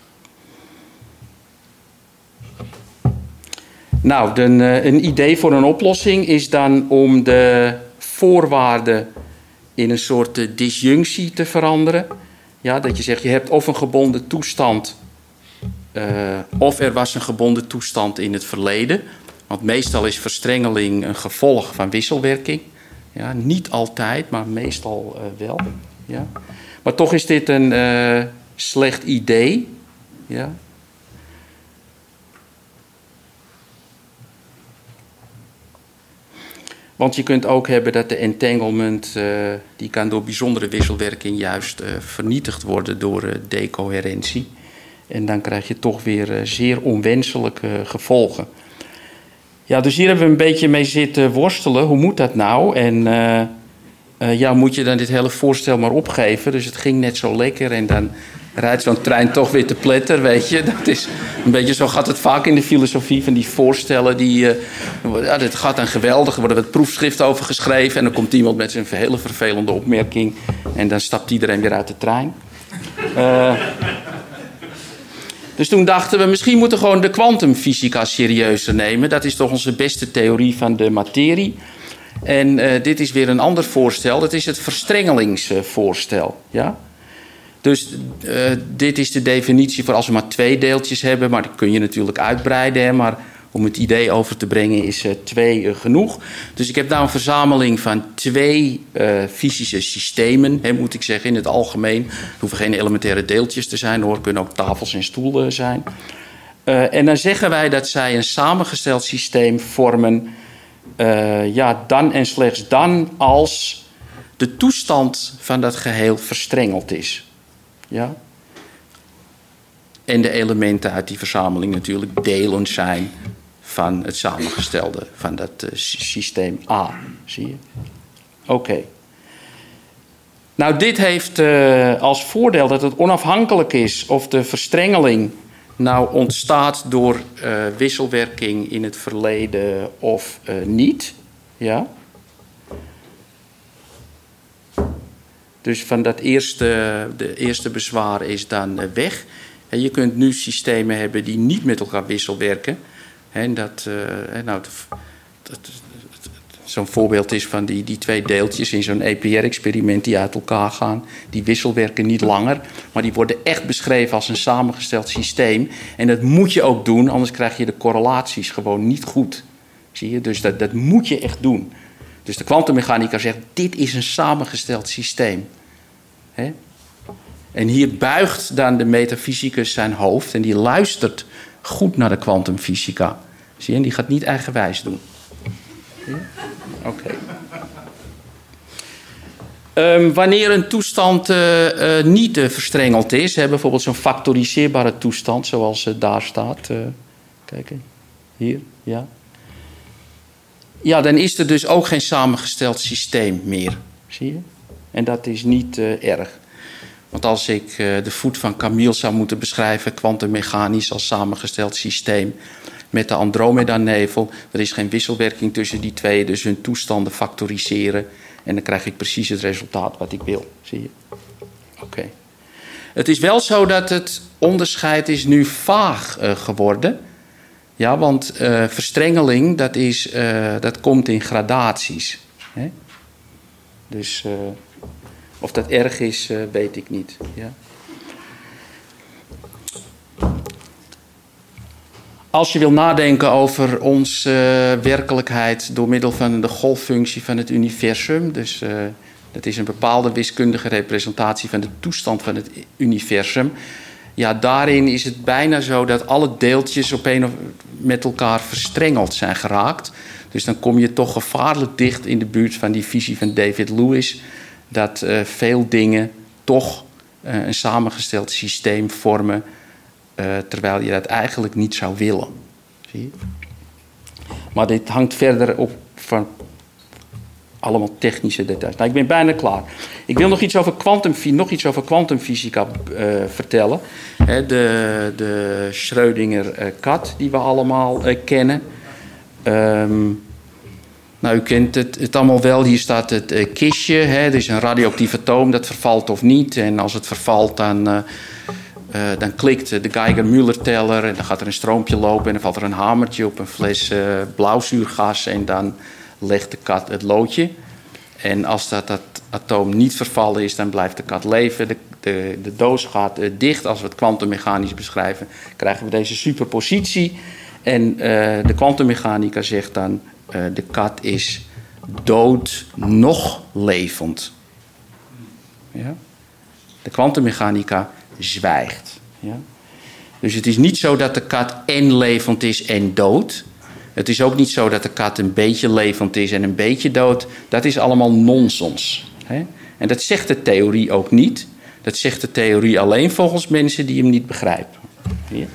Nou, een idee voor een oplossing is dan om de voorwaarden in een soort disjunctie te veranderen. Ja, dat je zegt, je hebt of een gebonden toestand, of er was een gebonden toestand in het verleden. Want meestal is verstrengeling een gevolg van wisselwerking. Ja, niet altijd, maar meestal wel. Ja. Maar toch is dit een slecht idee. Ja. Want je kunt ook hebben dat de entanglement, die kan door bijzondere wisselwerking juist vernietigd worden door decoherentie. En dan krijg je toch weer zeer onwenselijke gevolgen. Ja, dus hier hebben we een beetje mee zitten worstelen. Hoe moet dat nou? En moet je dan dit hele voorstel maar opgeven? Dus het ging net zo lekker en dan rijdt zo'n trein toch weer te pletter, weet je. Dat is een beetje zo gaat het vaak in de filosofie van die voorstellen. Dat gaat dan geweldig, er worden wat proefschriften over geschreven en dan komt iemand met zijn hele vervelende opmerking en dan stapt iedereen weer uit de trein. Dus toen dachten we, misschien moeten we gewoon de kwantumfysica serieuzer nemen. Dat is toch onze beste theorie van de materie. En dit is weer een ander voorstel. Dat is het verstrengelingsvoorstel. Ja? Dus dit is de definitie voor als we maar 2 deeltjes hebben. Maar die kun je natuurlijk uitbreiden. Hè? Maar om het idee over te brengen is 2 genoeg. Dus ik heb nou een verzameling van 2 fysische systemen. Hè, moet ik zeggen, in het algemeen. Het hoeven geen elementaire deeltjes te zijn, hoor. Het kunnen ook tafels en stoelen zijn. En dan zeggen wij dat zij een samengesteld systeem vormen. Dan en slechts dan als de toestand van dat geheel verstrengeld is. Ja? En de elementen uit die verzameling natuurlijk delen zijn van het samengestelde, van dat systeem A. Zie je? Oké. Nou, dit heeft als voordeel dat het onafhankelijk is of de verstrengeling nou ontstaat door wisselwerking in het verleden of niet. Ja? Dus van de eerste bezwaar is dan weg. En je kunt nu systemen hebben die niet met elkaar wisselwerken. En zo'n voorbeeld is van die twee deeltjes in zo'n EPR-experiment die uit elkaar gaan. Die wisselwerken niet langer, maar die worden echt beschreven als een samengesteld systeem. En dat moet je ook doen, anders krijg je de correlaties gewoon niet goed. Zie je? Dus dat moet je echt doen. Dus de kwantummechanica zegt, dit is een samengesteld systeem. Hè? En hier buigt dan de metafysicus zijn hoofd en die luistert goed naar de kwantumfysica. Zie je? En die gaat niet eigenwijs doen. Oké. Wanneer een toestand niet verstrengeld is, bijvoorbeeld zo'n factoriseerbare toestand zoals daar staat. Kijk, hier, ja. Ja, dan is er dus ook geen samengesteld systeem meer. Zie je? En dat is niet erg. Want als ik de voet van Camille zou moeten beschrijven, kwantummechanisch als samengesteld systeem met de Andromeda-nevel, er is geen wisselwerking tussen die twee, dus hun toestanden factoriseren en dan krijg ik precies het resultaat wat ik wil. Zie je? Oké. Het is wel zo dat het onderscheid is nu vaag geworden. Ja, want verstrengeling, dat komt in gradaties. Hè? Dus of dat erg is, weet ik niet. Ja. Als je wil nadenken over onze werkelijkheid door middel van de golffunctie van het universum, dus dat is een bepaalde wiskundige representatie van de toestand van het universum. Ja, daarin is het bijna zo dat alle deeltjes met elkaar verstrengeld zijn geraakt. Dus dan kom je toch gevaarlijk dicht in de buurt van die visie van David Lewis, dat veel dingen toch een samengesteld systeem vormen, terwijl je dat eigenlijk niet zou willen. Zie je? Maar dit hangt verder op van allemaal technische details. Nou, ik ben bijna klaar. Ik wil nog iets over kwantumfysica vertellen. De Schrödinger-kat die we allemaal kennen. Nou, u kent het allemaal wel. Hier staat het kistje. Het is een radioactief atoom dat vervalt of niet. En als het vervalt, dan klikt de Geiger-Müller-teller en dan gaat er een stroompje lopen en dan valt er een hamertje op een fles blauwzuurgas en dan legt de kat het loodje. En als dat atoom niet vervallen is, dan blijft de kat leven. De doos gaat dicht. Als we het kwantummechanisch beschrijven, krijgen we deze superpositie. En de kwantummechanica zegt dan, de kat is dood nog levend. Ja? De kwantummechanica zwijgt. Ja? Dus het is niet zo dat de kat en levend is en dood. Het is ook niet zo dat de kat een beetje levend is en een beetje dood. Dat is allemaal nonsens. Hè? En dat zegt de theorie ook niet. Dat zegt de theorie alleen volgens mensen die hem niet begrijpen. Ja?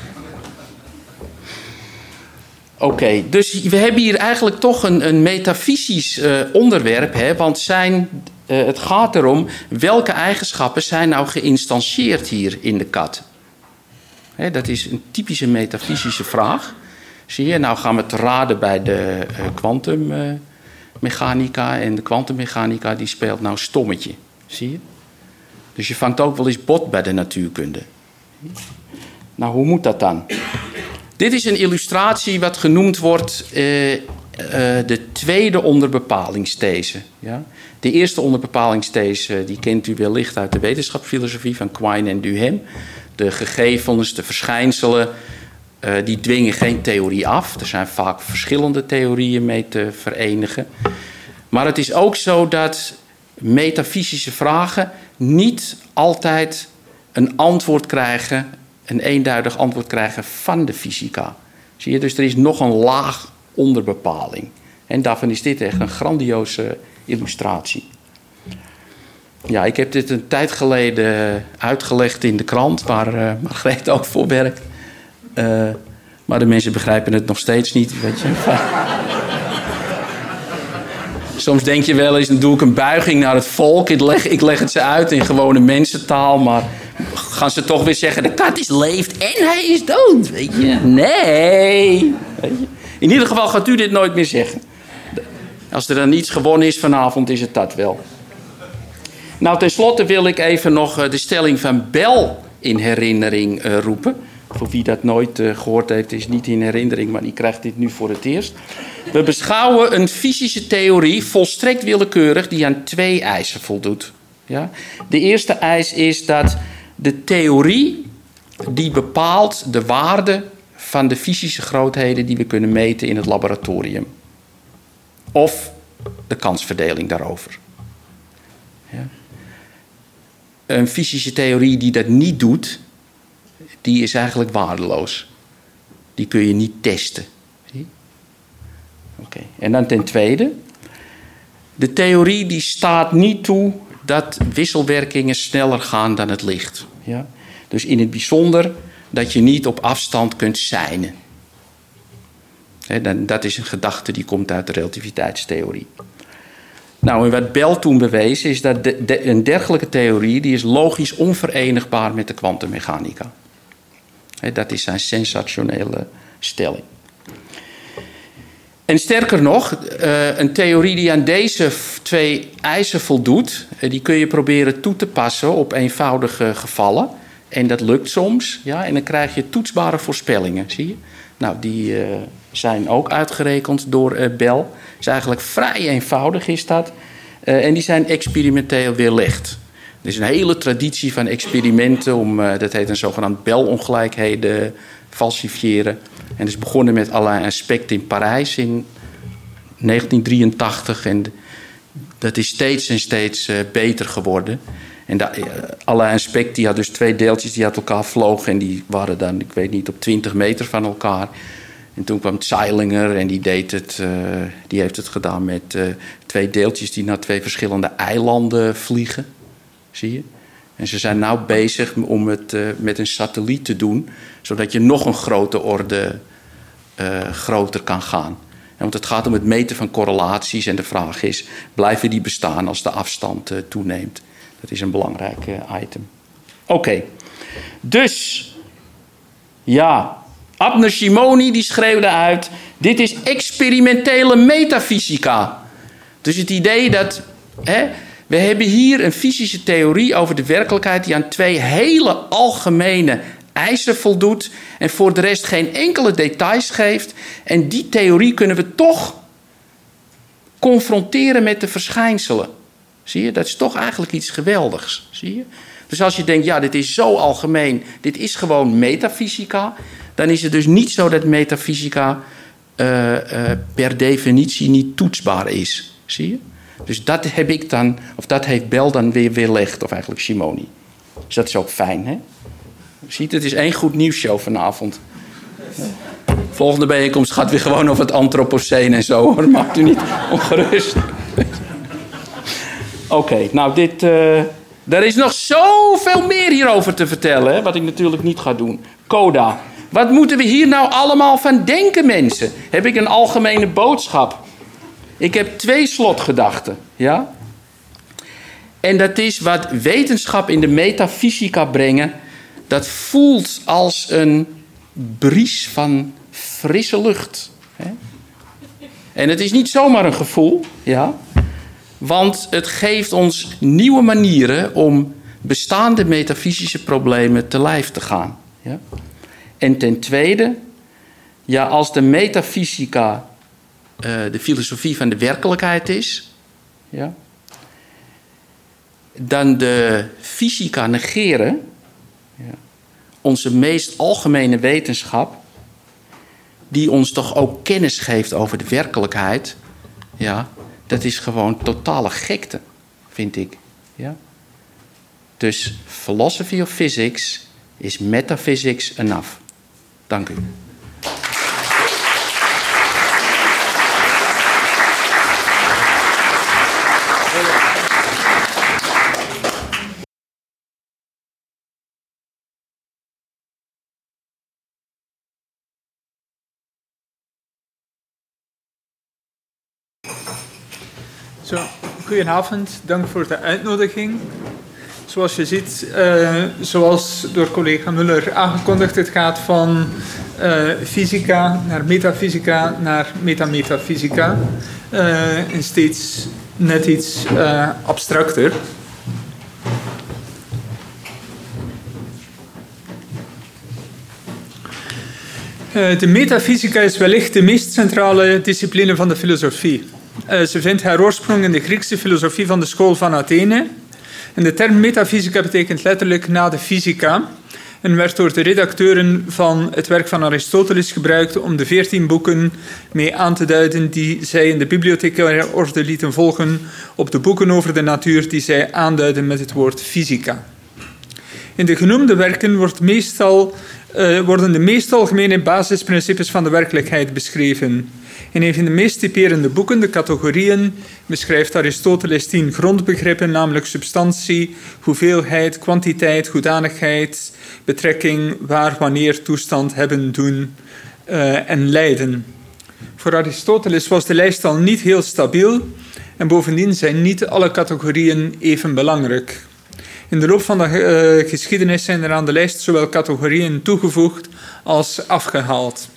Oké, dus we hebben hier eigenlijk toch een metafysisch onderwerp. Hè? Want het gaat erom welke eigenschappen zijn nou geïnstanceerd hier in de kat. Hè, dat is een typische metafysische vraag. Zie je, nou gaan we het raden bij de kwantummechanica. En de kwantummechanica die speelt nou stommetje. Zie je? Dus je vangt ook wel eens bot bij de natuurkunde. Nou, hoe moet dat dan? Dit is een illustratie wat genoemd wordt de tweede onderbepalingsthese. Ja? De eerste onderbepalingsthese die kent u wellicht uit de wetenschapsfilosofie van Quine en Duhem. De gegevens, de verschijnselen, die dwingen geen theorie af. Er zijn vaak verschillende theorieën mee te verenigen. Maar het is ook zo dat metafysische vragen niet altijd een antwoord krijgen, een eenduidig antwoord krijgen van de fysica. Zie je, dus er is nog een laag onderbepaling. En daarvan is dit echt een grandioze illustratie. Ja, ik heb dit een tijd geleden uitgelegd in de krant, waar Margreet ook voor werkt. Maar de mensen begrijpen het nog steeds niet, weet je. Soms denk je wel eens, dan doe ik een buiging naar het volk. Ik leg het ze uit in gewone mensentaal, maar gaan ze toch weer zeggen, de kat is leeft en hij is dood, weet je. Nee. Weet je? In ieder geval gaat u dit nooit meer zeggen. Als er dan niets gewonnen is vanavond, is het dat wel. Nou, tenslotte wil ik even nog de stelling van Bell in herinnering roepen. Voor wie dat nooit gehoord heeft, is niet in herinnering, maar die krijgt dit nu voor het eerst. We beschouwen een fysische theorie volstrekt willekeurig die aan 2 eisen voldoet. Ja? De eerste eis is dat de theorie die bepaalt de waarde van de fysische grootheden die we kunnen meten in het laboratorium. Of de kansverdeling daarover. Ja? Een fysische theorie die dat niet doet, die is eigenlijk waardeloos. Die kun je niet testen. Oké. En dan ten tweede, de theorie die staat niet toe dat wisselwerkingen sneller gaan dan het licht. Ja? Dus in het bijzonder dat je niet op afstand kunt seinen. Dat is een gedachte die komt uit de relativiteitstheorie. Nou, en wat Bell toen bewees is dat een dergelijke theorie die is logisch onverenigbaar met de kwantummechanica. Dat is zijn sensationele stelling. En sterker nog, een theorie die aan deze 2 eisen voldoet, die kun je proberen toe te passen op eenvoudige gevallen. En dat lukt soms, ja, en dan krijg je toetsbare voorspellingen, zie je? Nou, die zijn ook uitgerekend door Bell. Is eigenlijk vrij eenvoudig, is dat. En die zijn experimenteel weerlegd. Er is een hele traditie van experimenten om, dat heet een zogenaamd Bell-ongelijkheden, falsifiëren. En dat is begonnen met allerlei aspecten in Parijs in 1983. En dat is steeds en steeds beter geworden. En allerlei aspecten, die hadden dus 2 deeltjes die uit elkaar vlogen. En die waren dan, ik weet niet, op 20 meter van elkaar. En toen kwam Zeilinger en die heeft het gedaan met 2 deeltjes die naar 2 verschillende eilanden vliegen. Zie je? En ze zijn nou bezig om het met een satelliet te doen, zodat je nog een grote orde groter kan gaan. Want het gaat om het meten van correlaties en de vraag is, blijven die bestaan als de afstand toeneemt? Dat is een belangrijk item. Oké. Dus, ja, Abner Shimoni die schreeuwde uit, dit is experimentele metafysica. Dus het idee dat, we hebben hier een fysische theorie over de werkelijkheid die aan 2 hele algemene eisen voldoet en voor de rest geen enkele details geeft. En die theorie kunnen we toch confronteren met de verschijnselen. Zie je? Dat is toch eigenlijk iets geweldigs. Zie je? Dus als je denkt, ja, dit is zo algemeen, dit is gewoon metafysica, dan is het dus niet zo dat metafysica per definitie niet toetsbaar is. Zie je? Dus dat heb ik dan, of dat heeft Bell dan weer weerlegd, of eigenlijk Shimoni. Dus dat is ook fijn, hè? Je ziet, het is 1 goed nieuwsshow vanavond. Volgende bijeenkomst gaat weer gewoon over het Anthropoceen en zo, hoor. Maakt u niet ongerust. Oké, nou er is nog zoveel meer hierover te vertellen, hè, wat ik natuurlijk niet ga doen. Coda. Wat moeten we hier nou allemaal van denken, mensen? Heb ik een algemene boodschap? Ik heb 2 slotgedachten, ja? En dat is wat wetenschap in de metafysica brengen. Dat voelt als een bries van frisse lucht. Hè? En het is niet zomaar een gevoel, ja? Want het geeft ons nieuwe manieren om bestaande metafysische problemen te lijf te gaan. Ja? En ten tweede, ja, als de metafysica de filosofie van de werkelijkheid is, ja, dan de fysica negeren, ja, onze meest algemene wetenschap, die ons toch ook kennis geeft over de werkelijkheid, ja, dat is gewoon totale gekte, vind ik. Ja? Dus philosophy of physics is metaphysics enough. Dank u. Zo, goedenavond, dank voor de uitnodiging. Zoals je ziet, zoals door collega Muller aangekondigd, het gaat van fysica naar metafysica naar metametafysica. En steeds net iets abstracter. De metafysica is wellicht de meest centrale discipline van de filosofie. Ze vindt haar oorsprong in de Griekse filosofie van de school van Athene. En de term metafysica betekent letterlijk na de fysica en werd door de redacteuren van het werk van Aristoteles gebruikt om de 14 boeken mee aan te duiden die zij in de bibliothecaire orde lieten volgen op de boeken over de natuur die zij aanduiden met het woord fysica. In de genoemde werken worden de meest algemene basisprincipes van de werkelijkheid beschreven. In een van de meest typerende boeken, de Categorieën, beschrijft Aristoteles 10 grondbegrippen, namelijk substantie, hoeveelheid, kwantiteit, hoedanigheid, betrekking, waar, wanneer, toestand, hebben, doen en lijden. Voor Aristoteles was de lijst al niet heel stabiel en bovendien zijn niet alle categorieën even belangrijk. In de loop van de geschiedenis zijn er aan de lijst zowel categorieën toegevoegd als afgehaald.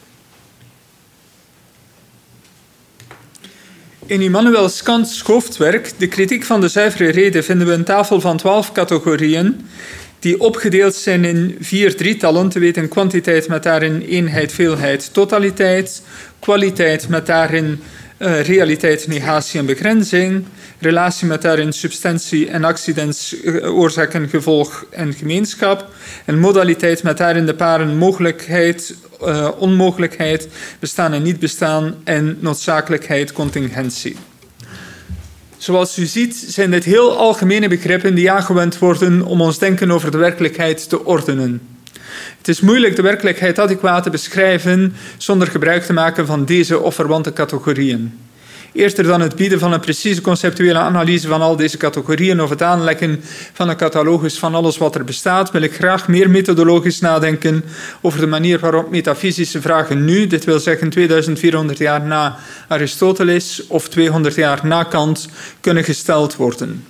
In Immanuel Kants hoofdwerk, De kritiek van de zuivere rede, vinden we een tafel van 12 categorieën die opgedeeld zijn in 4 drietallen, te weten kwantiteit met daarin eenheid, veelheid, totaliteit, kwaliteit met daarin realiteit, negatie en begrenzing, relatie met daarin substantie en accidents, oorzaak en gevolg en gemeenschap, en modaliteit met daarin de paren mogelijkheid, onmogelijkheid, bestaan en niet bestaan en noodzakelijkheid, contingentie. Zoals u ziet zijn dit heel algemene begrippen die aangewend worden om ons denken over de werkelijkheid te ordenen. Het is moeilijk de werkelijkheid adequaat te beschrijven zonder gebruik te maken van deze of verwante categorieën. Eerder dan het bieden van een precieze conceptuele analyse van al deze categorieën of het aanleggen van een catalogus van alles wat er bestaat, wil ik graag meer methodologisch nadenken over de manier waarop metafysische vragen nu, dit wil zeggen 2400 jaar na Aristoteles of 200 jaar na Kant, kunnen gesteld worden.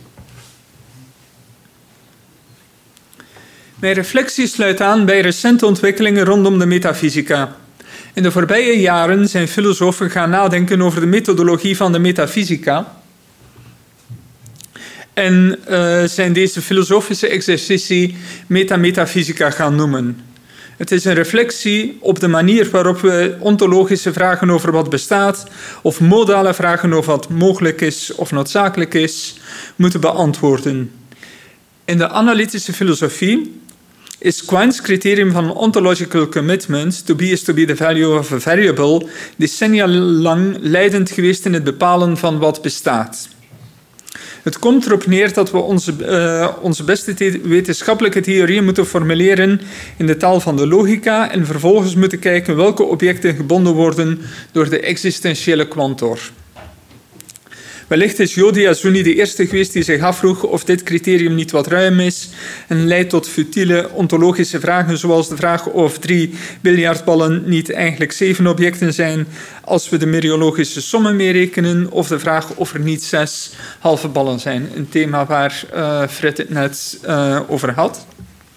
Mijn reflectie sluit aan bij recente ontwikkelingen rondom de metafysica. In de voorbije jaren zijn filosofen gaan nadenken over de methodologie van de metafysica en zijn deze filosofische exercitie metametafysica gaan noemen. Het is een reflectie op de manier waarop we ontologische vragen over wat bestaat of modale vragen over wat mogelijk is of noodzakelijk is, moeten beantwoorden. In de analytische filosofie is Quine's criterium van ontological commitment, to be is to be the value of a variable, decennia lang leidend geweest in het bepalen van wat bestaat. Het komt erop neer dat we onze beste wetenschappelijke theorieën moeten formuleren in de taal van de logica en vervolgens moeten kijken welke objecten gebonden worden door de existentiële kwantor. Wellicht is Yodi Azuni de eerste geweest die zich afvroeg of dit criterium niet wat ruim is en leidt tot futiele ontologische vragen zoals de vraag of 3 biljartballen niet eigenlijk 7 objecten zijn als we de mereologische sommen meerekenen of de vraag of er niet 6 halve ballen zijn. Een thema waar Fred het net over had.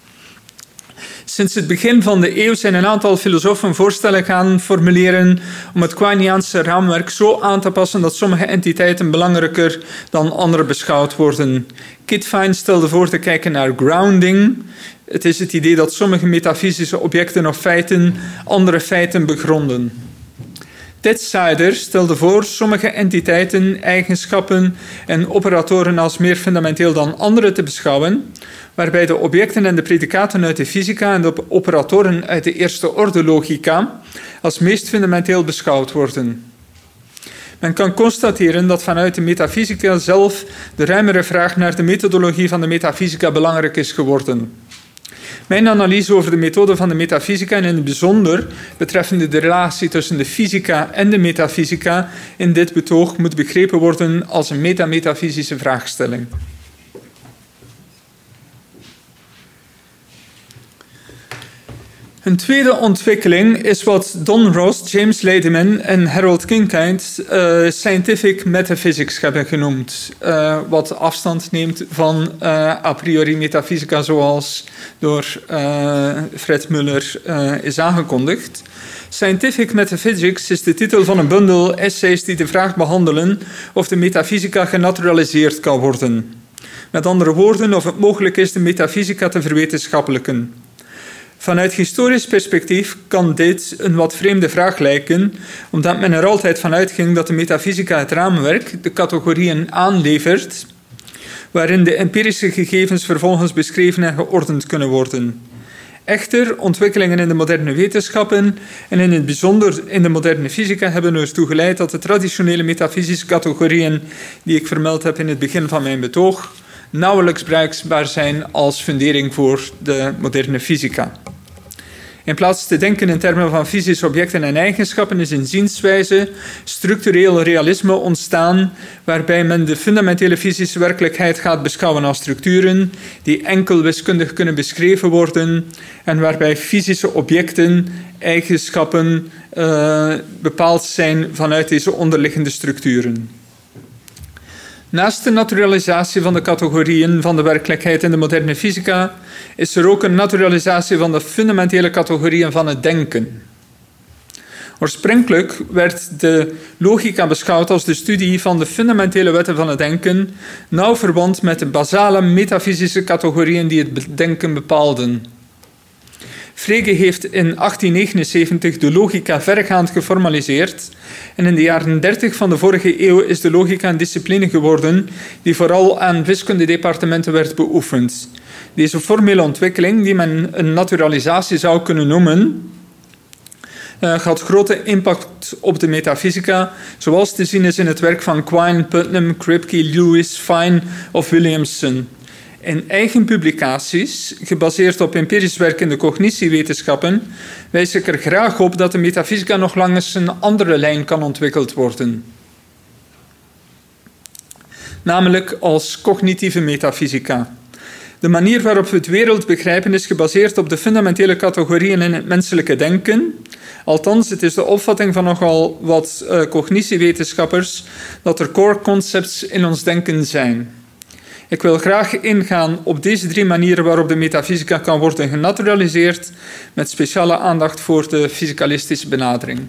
Sinds het begin van de eeuw zijn een aantal filosofen voorstellen gaan formuleren om het Quineaanse raamwerk zo aan te passen dat sommige entiteiten belangrijker dan andere beschouwd worden. Kit Fine stelde voor te kijken naar grounding. Het is het idee dat sommige metafysische objecten of feiten andere feiten begronden. Ted Sider stelde voor sommige entiteiten, eigenschappen en operatoren als meer fundamenteel dan andere te beschouwen, waarbij de objecten en de predicaten uit de fysica en de operatoren uit de eerste orde logica als meest fundamenteel beschouwd worden. Men kan constateren dat vanuit de metafysica zelf de ruimere vraag naar de methodologie van de metafysica belangrijk is geworden. Mijn analyse over de methode van de metafysica en in het bijzonder betreffende de relatie tussen de fysica en de metafysica in dit betoog moet begrepen worden als een metametafysische vraagstelling. Een tweede ontwikkeling is wat Don Ross, James Ladyman en Harold Kincaid scientific metaphysics hebben genoemd. Wat afstand neemt van a priori metafysica zoals door Fred Muller is aangekondigd. Scientific Metaphysics is de titel van een bundel essays die de vraag behandelen of de metafysica genaturaliseerd kan worden. Met andere woorden, of het mogelijk is de metafysica te verwetenschappelijken. Vanuit historisch perspectief kan dit een wat vreemde vraag lijken, omdat men er altijd van uitging dat de metafysica het raamwerk, de categorieën, aanlevert, waarin de empirische gegevens vervolgens beschreven en geordend kunnen worden. Echter, ontwikkelingen in de moderne wetenschappen en in het bijzonder in de moderne fysica hebben ertoe geleid dat de traditionele metafysische categorieën die ik vermeld heb in het begin van mijn betoog nauwelijks bruikbaar zijn als fundering voor de moderne fysica. In plaats te denken in termen van fysische objecten en eigenschappen is een zienswijze, structureel realisme ontstaan, waarbij men de fundamentele fysische werkelijkheid gaat beschouwen als structuren die enkel wiskundig kunnen beschreven worden en waarbij fysische objecten, eigenschappen bepaald zijn vanuit deze onderliggende structuren. Naast de naturalisatie van de categorieën van de werkelijkheid in de moderne fysica is er ook een naturalisatie van de fundamentele categorieën van het denken. Oorspronkelijk werd de logica beschouwd als de studie van de fundamentele wetten van het denken, nauw verband met de basale metafysische categorieën die het denken bepaalden. Frege heeft in 1879 de logica verregaand geformaliseerd en in de jaren 30 van de vorige eeuw is de logica een discipline geworden die vooral aan wiskundedepartementen werd beoefend. Deze formele ontwikkeling, die men een naturalisatie zou kunnen noemen, had grote impact op de metafysica, zoals te zien is in het werk van Quine, Putnam, Kripke, Lewis, Fine of Williamson. In eigen publicaties, gebaseerd op empirisch werk in de cognitiewetenschappen, wijs ik er graag op dat de metafysica nog langs een andere lijn kan ontwikkeld worden. Namelijk als cognitieve metafysica. De manier waarop we het wereld begrijpen is gebaseerd op de fundamentele categorieën in het menselijke denken. Althans, het is de opvatting van nogal wat cognitiewetenschappers dat er core concepts in ons denken zijn. Ik wil graag ingaan op deze 3 manieren waarop de metafysica kan worden genaturaliseerd, met speciale aandacht voor de fysicalistische benadering.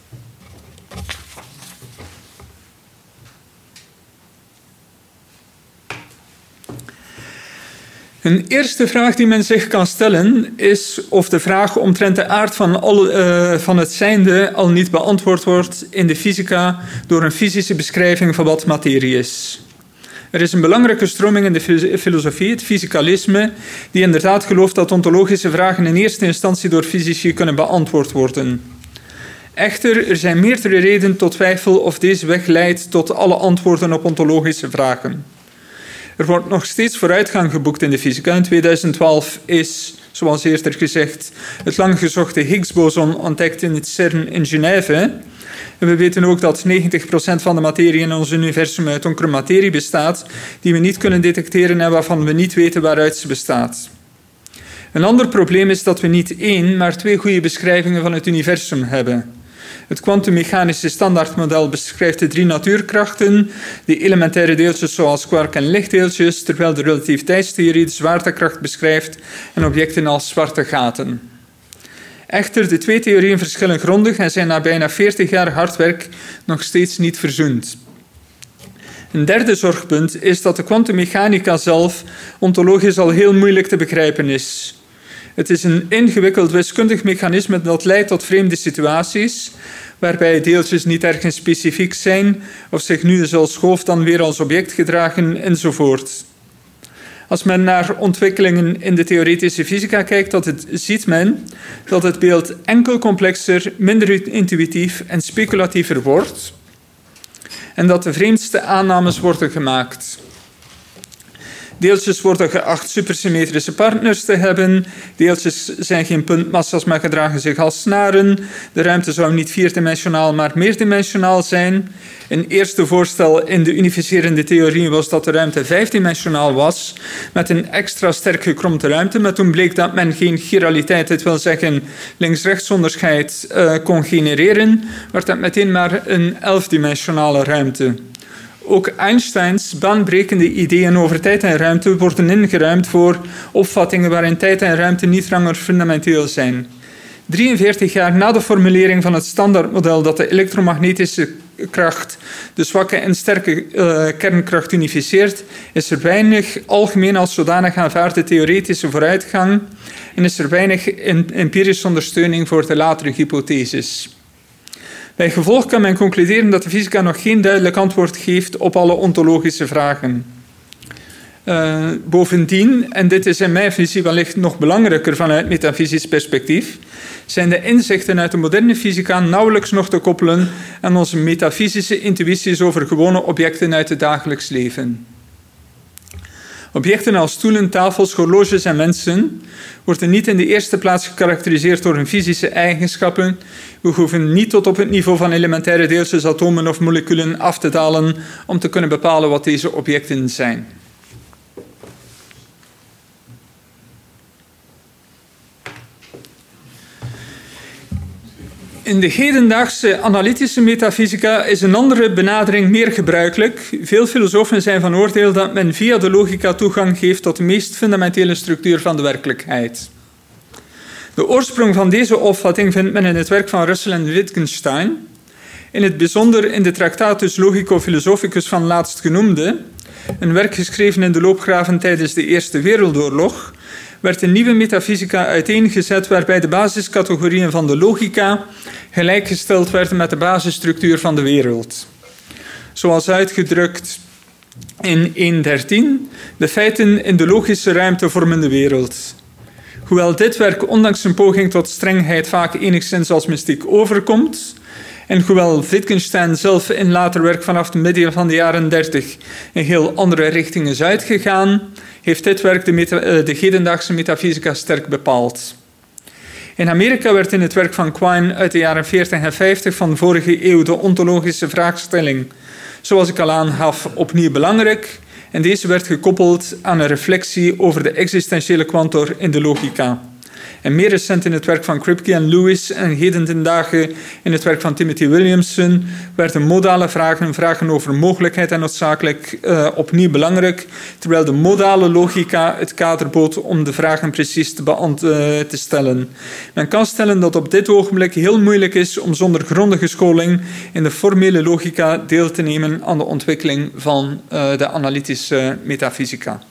Een eerste vraag die men zich kan stellen is of de vraag omtrent de aard van het zijnde al niet beantwoord wordt in de fysica door een fysische beschrijving van wat materie is. Er is een belangrijke stroming in de filosofie, het fysicalisme, die inderdaad gelooft dat ontologische vragen in eerste instantie door fysici kunnen beantwoord worden. Echter, er zijn meerdere redenen tot twijfel of deze weg leidt tot alle antwoorden op ontologische vragen. Er wordt nog steeds vooruitgang geboekt in de fysica. In 2012 is, zoals eerder gezegd, het lang gezochte Higgs-boson ontdekt in het CERN in Genève. En we weten ook dat 90% van de materie in ons universum uit donkere materie bestaat, die we niet kunnen detecteren en waarvan we niet weten waaruit ze bestaat. Een ander probleem is dat we niet 1, maar 2 goede beschrijvingen van het universum hebben. Het kwantummechanische standaardmodel beschrijft de 3 natuurkrachten, die elementaire deeltjes zoals quark en lichtdeeltjes, terwijl de relativiteitstheorie de zwaartekracht beschrijft en objecten als zwarte gaten. Echter, de 2 theorieën verschillen grondig en zijn na bijna 40 jaar hard werk nog steeds niet verzoend. Een derde zorgpunt is dat de kwantummechanica zelf ontologisch al heel moeilijk te begrijpen is. Het is een ingewikkeld wiskundig mechanisme dat leidt tot vreemde situaties, waarbij deeltjes niet ergens specifiek zijn of zich nu als golf dan weer als object gedragen enzovoort. Als men naar ontwikkelingen in de theoretische fysica kijkt, ziet men dat het beeld enkel complexer, minder intuïtief en speculatiever wordt en dat de vreemdste aannames worden gemaakt. Deeltjes worden geacht supersymmetrische partners te hebben. Deeltjes zijn geen puntmassa's, maar gedragen zich als snaren. De ruimte zou niet 4-dimensionaal, maar meerdimensionaal zijn. Een eerste voorstel in de unificerende theorie was dat de ruimte 5-dimensionaal was, met een extra sterk gekromde ruimte. Maar toen bleek dat men geen chiraliteit, het wil zeggen links-rechts onderscheid, kon genereren, werd dat meteen maar een 11-dimensionale ruimte. Ook Einsteins baanbrekende ideeën over tijd en ruimte worden ingeruimd voor opvattingen waarin tijd en ruimte niet langer fundamenteel zijn. 43 jaar na de formulering van het standaardmodel dat de elektromagnetische kernkracht de zwakke en sterke kernkracht unificeert, is er weinig algemeen als zodanig aanvaarde theoretische vooruitgang en is er weinig empirische ondersteuning voor de latere hypotheses. Bij gevolg kan men concluderen dat de fysica nog geen duidelijk antwoord geeft op alle ontologische vragen. Bovendien, en dit is in mijn visie wellicht nog belangrijker vanuit metafysisch perspectief, zijn de inzichten uit de moderne fysica nauwelijks nog te koppelen aan onze metafysische intuïties over gewone objecten uit het dagelijks leven. Objecten als stoelen, tafels, horloges en mensen worden niet in de eerste plaats gekarakteriseerd door hun fysische eigenschappen. We hoeven niet tot op het niveau van elementaire deeltjes, atomen of moleculen af te dalen om te kunnen bepalen wat deze objecten zijn. In de hedendaagse analytische metafysica is een andere benadering meer gebruikelijk. Veel filosofen zijn van oordeel dat men via de logica toegang geeft tot de meest fundamentele structuur van de werkelijkheid. De oorsprong van deze opvatting vindt men in het werk van Russell en Wittgenstein. In het bijzonder in de Tractatus Logico-Philosophicus van laatstgenoemde, een werk geschreven in de loopgraven tijdens de Eerste Wereldoorlog, werd een nieuwe metafysica uiteengezet waarbij de basiscategorieën van de logica gelijkgesteld werden met de basisstructuur van de wereld. Zoals uitgedrukt in 1.13, de feiten in de logische ruimte vormen de wereld. Hoewel dit werk ondanks een poging tot strengheid vaak enigszins als mystiek overkomt, en hoewel Wittgenstein zelf in later werk vanaf het midden van de jaren 30 een heel andere richting is uitgegaan, heeft dit werk de hedendaagse metafysica sterk bepaald. In Amerika werd in het werk van Quine uit de jaren 40 en 50 van de vorige eeuw de ontologische vraagstelling, zoals ik al aangaf, opnieuw belangrijk, en deze werd gekoppeld aan een reflectie over de existentiële kwantor in de logica. En meer recent in het werk van Kripke en Lewis en heden ten dagen in het werk van Timothy Williamson werden modale vragen over mogelijkheid en noodzakelijk opnieuw belangrijk, terwijl de modale logica het kader bood om de vragen precies te stellen. Men kan stellen dat op dit ogenblik heel moeilijk is om zonder grondige scholing in de formele logica deel te nemen aan de ontwikkeling van de analytische metafysica.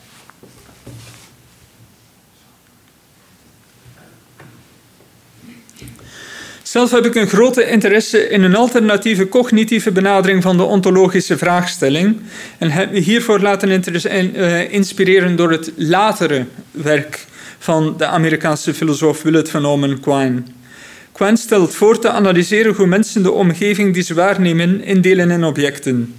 Zelf heb ik een grote interesse in een alternatieve cognitieve benadering van de ontologische vraagstelling en heb me hiervoor laten inspireren door het latere werk van de Amerikaanse filosoof Willett van Orman Quine. Quine stelt voor te analyseren hoe mensen de omgeving die ze waarnemen indelen in objecten.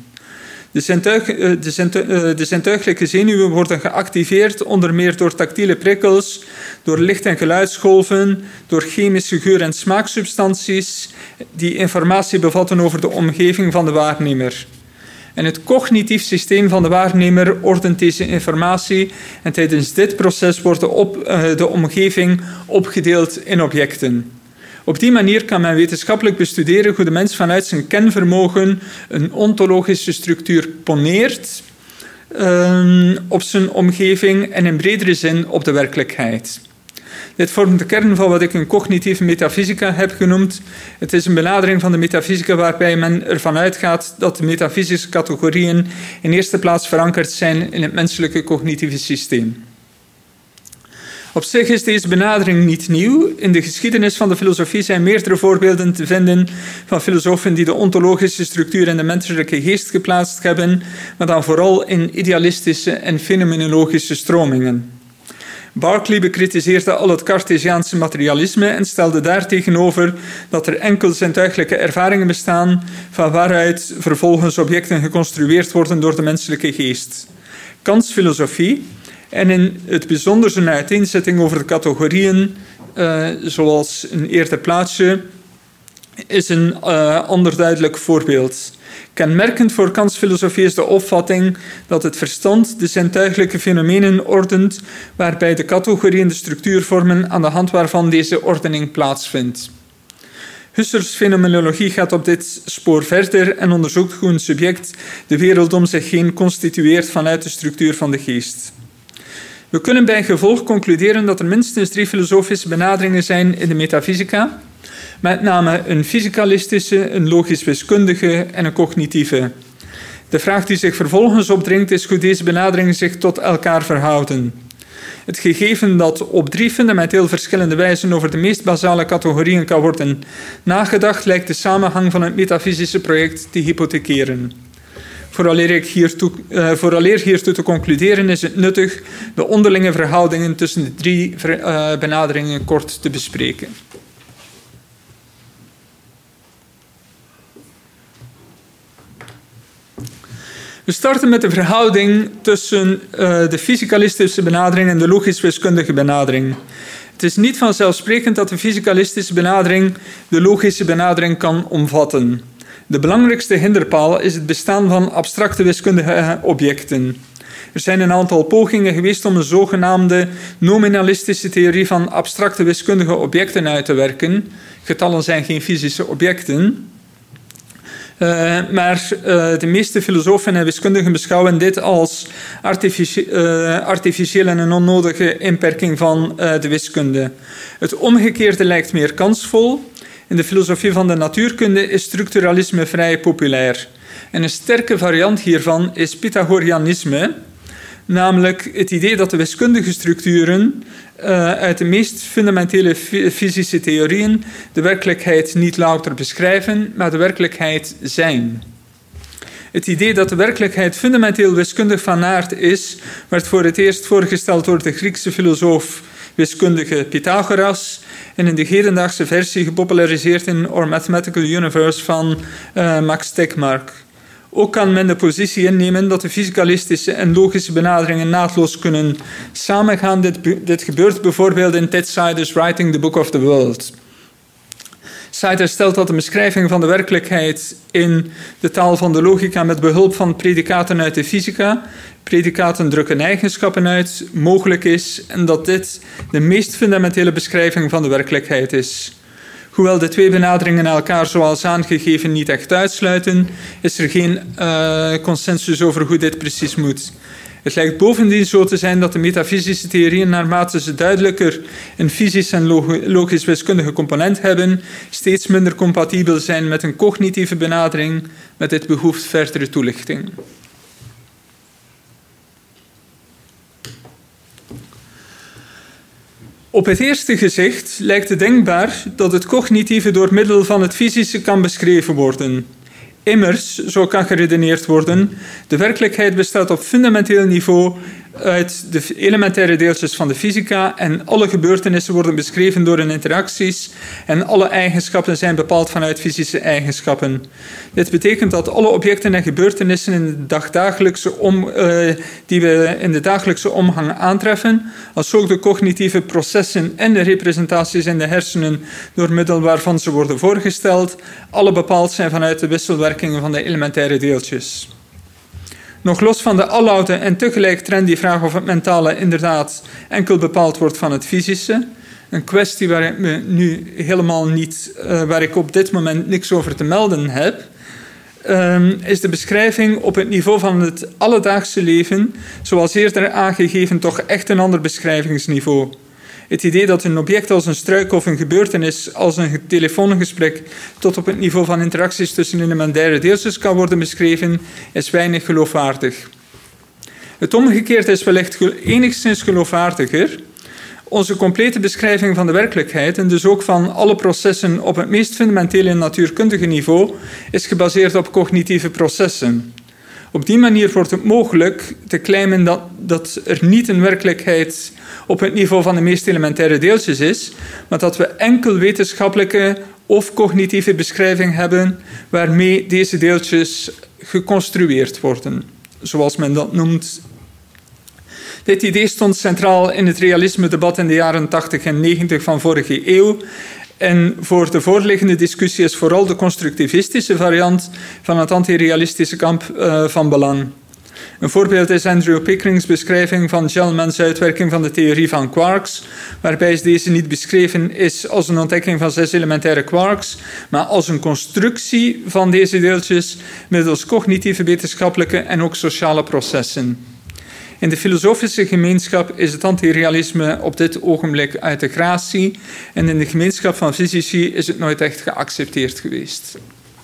De zintuiglijke zenuwen worden geactiveerd onder meer door tactiele prikkels, door licht- en geluidsgolven, door chemische geur- en smaaksubstanties die informatie bevatten over de omgeving van de waarnemer. En het cognitief systeem van de waarnemer ordent deze informatie en tijdens dit proces wordt de omgeving opgedeeld in objecten. Op die manier kan men wetenschappelijk bestuderen hoe de mens vanuit zijn kenvermogen een ontologische structuur poneert op zijn omgeving en in bredere zin op de werkelijkheid. Dit vormt de kern van wat ik een cognitieve metafysica heb genoemd. Het is een benadering van de metafysica waarbij men ervan uitgaat dat de metafysische categorieën in eerste plaats verankerd zijn in het menselijke cognitieve systeem. Op zich is deze benadering niet nieuw. In de geschiedenis van de filosofie zijn meerdere voorbeelden te vinden van filosofen die de ontologische structuur in de menselijke geest geplaatst hebben, maar dan vooral in idealistische en fenomenologische stromingen. Berkeley bekritiseerde al het Cartesiaanse materialisme en stelde daartegenover dat er enkel zintuiglijke ervaringen bestaan van waaruit vervolgens objecten geconstrueerd worden door de menselijke geest. Kants filosofie, en in het bijzonder zijn uiteenzetting over de categorieën, zoals een eerder plaatsje, is een ander duidelijk voorbeeld. Kenmerkend voor Kants filosofie is de opvatting dat het verstand de zintuiglijke fenomenen ordent, waarbij de categorieën de structuur vormen aan de hand waarvan deze ordening plaatsvindt. Husserls fenomenologie gaat op dit spoor verder en onderzoekt hoe een subject de wereld om zich heen constitueert vanuit de structuur van de geest. We kunnen bij gevolg concluderen dat er minstens 3 filosofische benaderingen zijn in de metafysica. Met name een fysicalistische, een logisch-wiskundige en een cognitieve. De vraag die zich vervolgens opdringt is hoe deze benaderingen zich tot elkaar verhouden. Het gegeven dat op 3 fundamenteel verschillende wijzen over de meest basale categorieën kan worden nagedacht, lijkt de samenhang van het metafysische project te hypothekeren. Vooraleer hiertoe te concluderen is het nuttig de onderlinge verhoudingen tussen de 3 benaderingen kort te bespreken. We starten met de verhouding tussen de fysicalistische benadering en de logisch-wiskundige benadering. Het is niet vanzelfsprekend dat de fysicalistische benadering de logische benadering kan omvatten. De belangrijkste hinderpaal is het bestaan van abstracte wiskundige objecten. Er zijn een aantal pogingen geweest om een zogenaamde nominalistische theorie van abstracte wiskundige objecten uit te werken. Getallen zijn geen fysische objecten. Maar de meeste filosofen en wiskundigen beschouwen dit als artificiële en een onnodige inperking van de wiskunde. Het omgekeerde lijkt meer kansvol. In de filosofie van de natuurkunde is structuralisme vrij populair. En een sterke variant hiervan is Pythagoreanisme, namelijk het idee dat de wiskundige structuren uit de meest fundamentele fysische theorieën de werkelijkheid niet louter beschrijven, maar de werkelijkheid zijn. Het idee dat de werkelijkheid fundamenteel wiskundig van aard is, werd voor het eerst voorgesteld door de Griekse filosoof wiskundige Pythagoras en in de hedendaagse versie gepopulariseerd in Our Mathematical Universe van Max Tegmark. Ook kan men de positie innemen dat de fysicalistische en logische benaderingen naadloos kunnen samengaan. Dit gebeurt bijvoorbeeld in Ted Sider's Writing the Book of the World. Sider stelt dat de beschrijving van de werkelijkheid in de taal van de logica met behulp van predicaten uit de fysica, predicaten drukken eigenschappen uit, mogelijk is en dat dit de meest fundamentele beschrijving van de werkelijkheid is. Hoewel de 2 benaderingen elkaar zoals aangegeven niet echt uitsluiten, is er geen consensus over hoe dit precies moet. Het lijkt bovendien zo te zijn dat de metafysische theorieën, naarmate ze duidelijker een fysisch en logisch-wiskundige component hebben, steeds minder compatibel zijn met een cognitieve benadering, met dit behoeft verdere toelichting. Op het eerste gezicht lijkt het denkbaar dat het cognitieve door middel van het fysische kan beschreven worden. Immers, zo kan geredeneerd worden, de werkelijkheid bestaat op fundamenteel niveau uit de elementaire deeltjes van de fysica en alle gebeurtenissen worden beschreven door hun interacties en alle eigenschappen zijn bepaald vanuit fysische eigenschappen. Dit betekent dat alle objecten en gebeurtenissen die we in de dagelijkse omgang aantreffen, als ook de cognitieve processen en de representaties in de hersenen door middel waarvan ze worden voorgesteld, alle bepaald zijn vanuit de wisselwerkingen van de elementaire deeltjes. Nog los van de alloude en tegelijk trendy vraag of het mentale inderdaad enkel bepaald wordt van het fysische, een kwestie waar ik op dit moment niks over te melden heb, is de beschrijving op het niveau van het alledaagse leven, zoals eerder aangegeven, toch echt een ander beschrijvingsniveau. Het idee dat een object als een struik of een gebeurtenis als een telefoongesprek tot op het niveau van interacties tussen elementaire deeltjes kan worden beschreven, is weinig geloofwaardig. Het omgekeerde is wellicht enigszins geloofwaardiger. Onze complete beschrijving van de werkelijkheid en dus ook van alle processen op het meest fundamentele natuurkundige niveau is gebaseerd op cognitieve processen. Op die manier wordt het mogelijk te claimen dat er niet een werkelijkheid op het niveau van de meest elementaire deeltjes is, maar dat we enkel wetenschappelijke of cognitieve beschrijving hebben waarmee deze deeltjes geconstrueerd worden, zoals men dat noemt. Dit idee stond centraal in het realisme-debat in de jaren 80 en 90 van vorige eeuw. En voor de voorliggende discussie is vooral de constructivistische variant van het antirealistische kamp van belang. Een voorbeeld is Andrew Pickering's beschrijving van Gell-Mann's uitwerking van de theorie van quarks, waarbij deze niet beschreven is als een ontdekking van 6 elementaire quarks, maar als een constructie van deze deeltjes middels cognitieve, wetenschappelijke en ook sociale processen. In de filosofische gemeenschap is het antirealisme op dit ogenblik uit de gratie en in de gemeenschap van fysici is het nooit echt geaccepteerd geweest.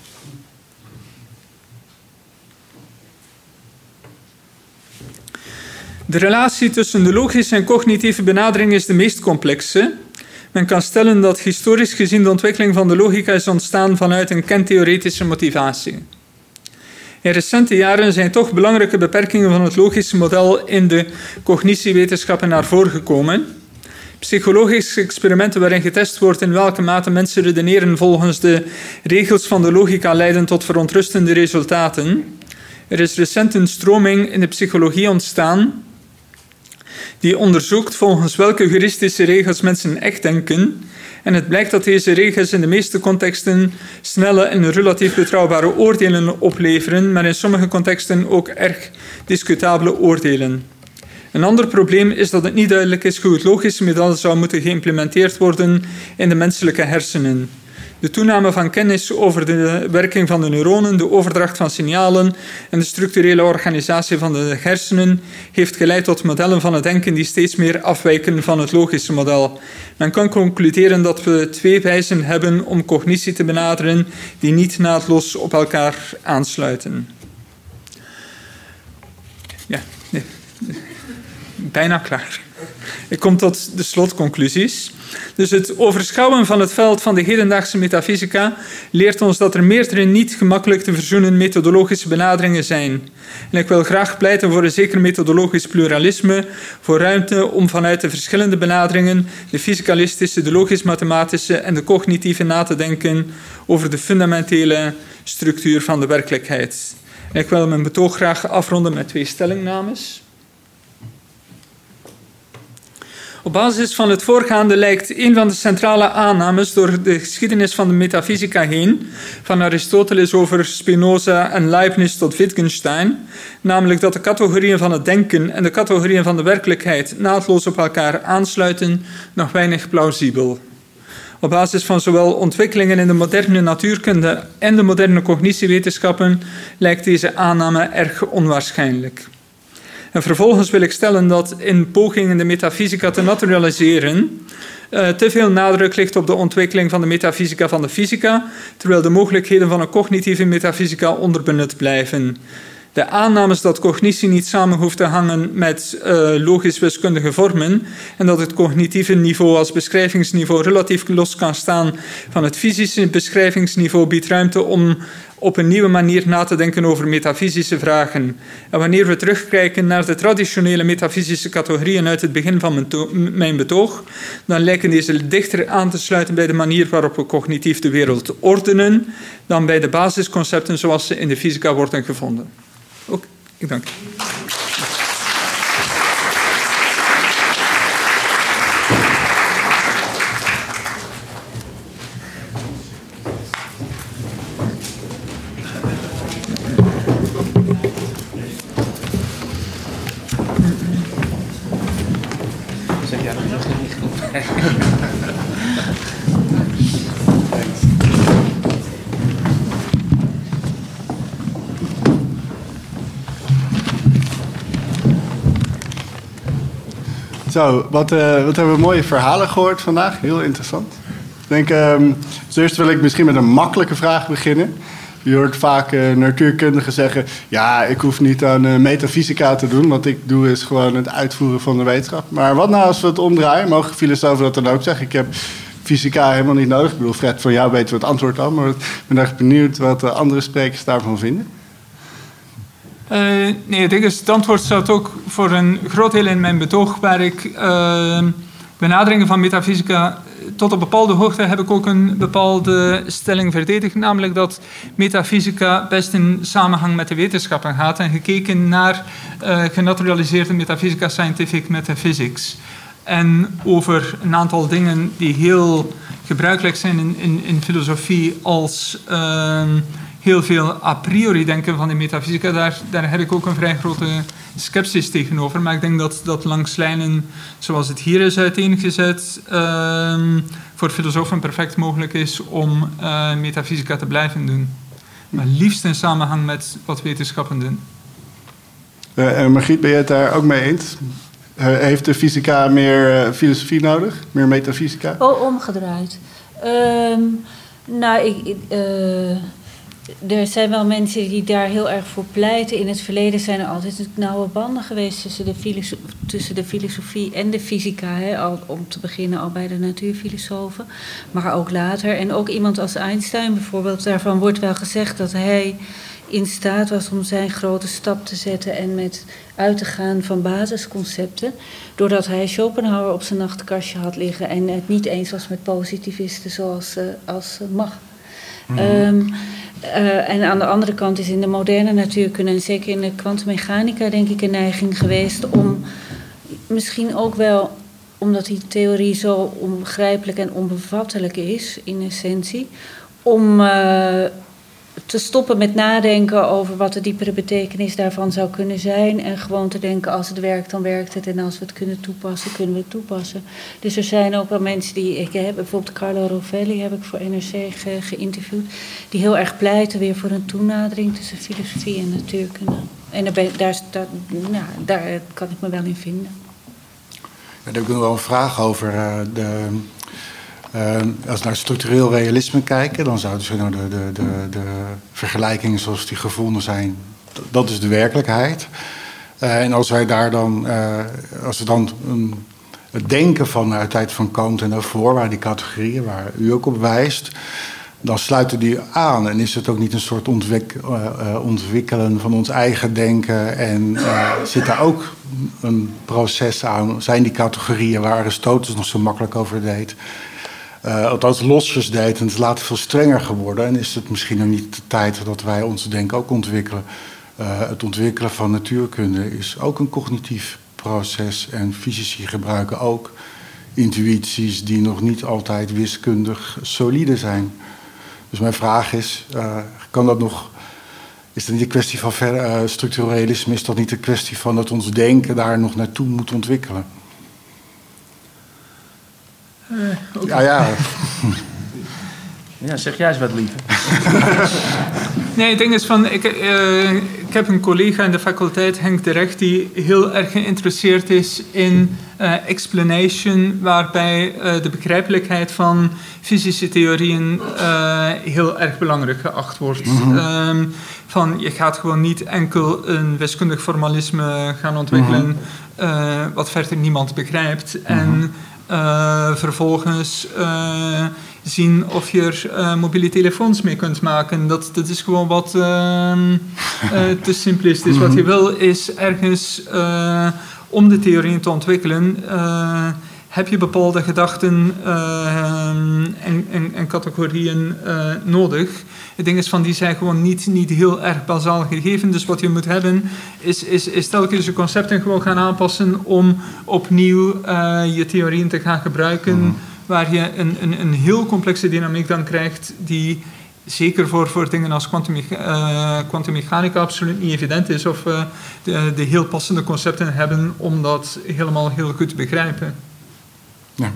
De relatie tussen de logische en cognitieve benadering is de meest complexe. Men kan stellen dat historisch gezien de ontwikkeling van de logica is ontstaan vanuit een kentheoretische motivatie. In recente jaren zijn toch belangrijke beperkingen van het logische model in de cognitiewetenschappen naar voren gekomen. Psychologische experimenten waarin getest wordt in welke mate mensen redeneren volgens de regels van de logica leiden tot verontrustende resultaten. Er is recent een stroming in de psychologie ontstaan die onderzoekt volgens welke heuristische regels mensen echt denken. En het blijkt dat deze regels in de meeste contexten snelle en relatief betrouwbare oordelen opleveren, maar in sommige contexten ook erg discutabele oordelen. Een ander probleem is dat het niet duidelijk is hoe het logische model zou moeten geïmplementeerd worden in de menselijke hersenen. De toename van kennis over de werking van de neuronen, de overdracht van signalen en de structurele organisatie van de hersenen heeft geleid tot modellen van het denken die steeds meer afwijken van het logische model. Men kan concluderen dat we twee wijzen hebben om cognitie te benaderen die niet naadloos op elkaar aansluiten. Ja, nee. Bijna klaar. Ik kom tot de slotconclusies. Dus het overschouwen van het veld van de hedendaagse metafysica leert ons dat er meerdere niet gemakkelijk te verzoenen methodologische benaderingen zijn. En ik wil graag pleiten voor een zeker methodologisch pluralisme, voor ruimte om vanuit de verschillende benaderingen, de fysicalistische, de logisch-mathematische en de cognitieve na te denken over de fundamentele structuur van de werkelijkheid. En ik wil mijn betoog graag afronden met 2 stellingnames. Op basis van het voorgaande lijkt een van de centrale aannames door de geschiedenis van de metafysica heen, van Aristoteles over Spinoza en Leibniz tot Wittgenstein, namelijk dat de categorieën van het denken en de categorieën van de werkelijkheid naadloos op elkaar aansluiten, nog weinig plausibel. Op basis van zowel ontwikkelingen in de moderne natuurkunde en de moderne cognitiewetenschappen lijkt deze aanname erg onwaarschijnlijk. En vervolgens wil ik stellen dat in pogingen de metafysica te naturaliseren te veel nadruk ligt op de ontwikkeling van de metafysica van de fysica, terwijl de mogelijkheden van een cognitieve metafysica onderbenut blijven. De aannames dat cognitie niet samen hoeft te hangen met logisch-wiskundige vormen en dat het cognitieve niveau als beschrijvingsniveau relatief los kan staan van het fysische beschrijvingsniveau biedt ruimte om op een nieuwe manier na te denken over metafysische vragen. En wanneer we terugkijken naar de traditionele metafysische categorieën uit het begin van mijn betoog, dan lijken deze dichter aan te sluiten bij de manier waarop we cognitief de wereld ordenen, dan bij de basisconcepten zoals ze in de fysica worden gevonden. Oké, ik dank u. Zeg jij nog niet goed? Zo, wat hebben we mooie verhalen gehoord vandaag. Heel interessant. Ik denk, eerst wil ik misschien met een makkelijke vraag beginnen. Je hoort vaak natuurkundigen zeggen, ja, ik hoef niet aan metafysica te doen. Wat ik doe is gewoon het uitvoeren van de wetenschap. Maar wat nou als we het omdraaien? Mogen filosofen dat dan ook zeggen? Ik heb fysica helemaal niet nodig. Ik bedoel, Fred, van jou weten we het antwoord al. Maar ik ben erg benieuwd wat de andere sprekers daarvan vinden. Nee, ik denk dat het antwoord staat ook voor een groot deel in mijn betoog, waar ik benaderingen van metafysica tot op bepaalde hoogte heb ik ook een bepaalde stelling verdedigd, namelijk dat metafysica best in samenhang met de wetenschappen gaat en gekeken naar genaturaliseerde metafysica scientific metaphysics. En over een aantal dingen die heel gebruikelijk zijn in filosofie als heel veel a priori denken van de metafysica, daar heb ik ook een vrij grote sceptisch tegenover. Maar ik denk dat langs lijnen zoals het hier is uiteengezet voor filosofen perfect mogelijk is om metafysica te blijven doen. Maar liefst in samenhang met wat wetenschappen doen. En Margriet, ben je het daar ook mee eens? Heeft de fysica meer filosofie nodig? Meer metafysica? Oh, omgedraaid. Er zijn wel mensen die daar heel erg voor pleiten. In het verleden zijn er altijd nauwe banden geweest tussen de filosofie en de fysica. Hè? Om te beginnen al bij de natuurfilosofen, maar ook later. En ook iemand als Einstein bijvoorbeeld, daarvan wordt wel gezegd dat hij in staat was om zijn grote stap te zetten en met uit te gaan van basisconcepten, doordat hij Schopenhauer op zijn nachtkastje had liggen en het niet eens was met positivisten zoals als Mach. En aan de andere kant is in de moderne natuurkunde en zeker in de kwantummechanica denk ik een neiging geweest om misschien ook wel, omdat die theorie zo onbegrijpelijk en onbevattelijk is in essentie, om te stoppen met nadenken over wat de diepere betekenis daarvan zou kunnen zijn. En gewoon te denken, als het werkt, dan werkt het. En als we het kunnen toepassen, kunnen we het toepassen. Dus er zijn ook wel mensen die... Ik heb bijvoorbeeld Carlo Rovelli, heb ik voor NRC geïnterviewd, die heel erg pleiten weer voor een toenadering tussen filosofie en natuurkunde. En daar kan ik me wel in vinden. Ja, daar heb ik nog wel een vraag over. Als we naar structureel realisme kijken, dan zouden ze nou de vergelijkingen zoals die gevonden zijn, dat is de werkelijkheid. En als wij daar dan, als we dan het denken van uit de tijd van Kant en daarvoor, waar die categorieën, waar u ook op wijst, dan sluiten die aan. En is het ook niet een soort ontwikkelen van ons eigen denken? En zit daar ook een proces aan? Zijn die categorieën waar Aristoteles nog zo makkelijk over deed? Althans losjes deed en het is later veel strenger geworden. En is het misschien nog niet de tijd dat wij ons denken ook ontwikkelen. Het ontwikkelen van natuurkunde is ook een cognitief proces. En fysici gebruiken ook intuïties die nog niet altijd wiskundig solide zijn. Dus mijn vraag is, kan dat nog... Is dat niet een kwestie van structureel realisme? Is dat niet een kwestie van dat ons denken daar nog naartoe moet ontwikkelen? Okay. Ja. Ja, zeg jij eens wat liever. Nee, het ding is van, ik heb een collega in de faculteit, Henk de Recht, die heel erg geïnteresseerd is in explanation, waarbij de begrijpelijkheid van fysische theorieën heel erg belangrijk geacht wordt. Van, je gaat gewoon niet enkel een wiskundig formalisme gaan ontwikkelen, wat verder niemand begrijpt. En vervolgens zien of je er mobiele telefoons mee kunt maken. Dat is gewoon wat te simplistisch. Wat je wil is ergens, om de theorieën te ontwikkelen, heb je bepaalde gedachten en categorieën nodig. Het ding is van, die zijn gewoon niet heel erg bazaal gegeven. Dus wat je moet hebben, is telkens je concepten gewoon gaan aanpassen om opnieuw je theorieën te gaan gebruiken, waar je een heel complexe dynamiek dan krijgt, die zeker voor dingen als kwantummechanica absoluut niet evident is, of de heel passende concepten hebben om dat helemaal heel goed te begrijpen. Ja.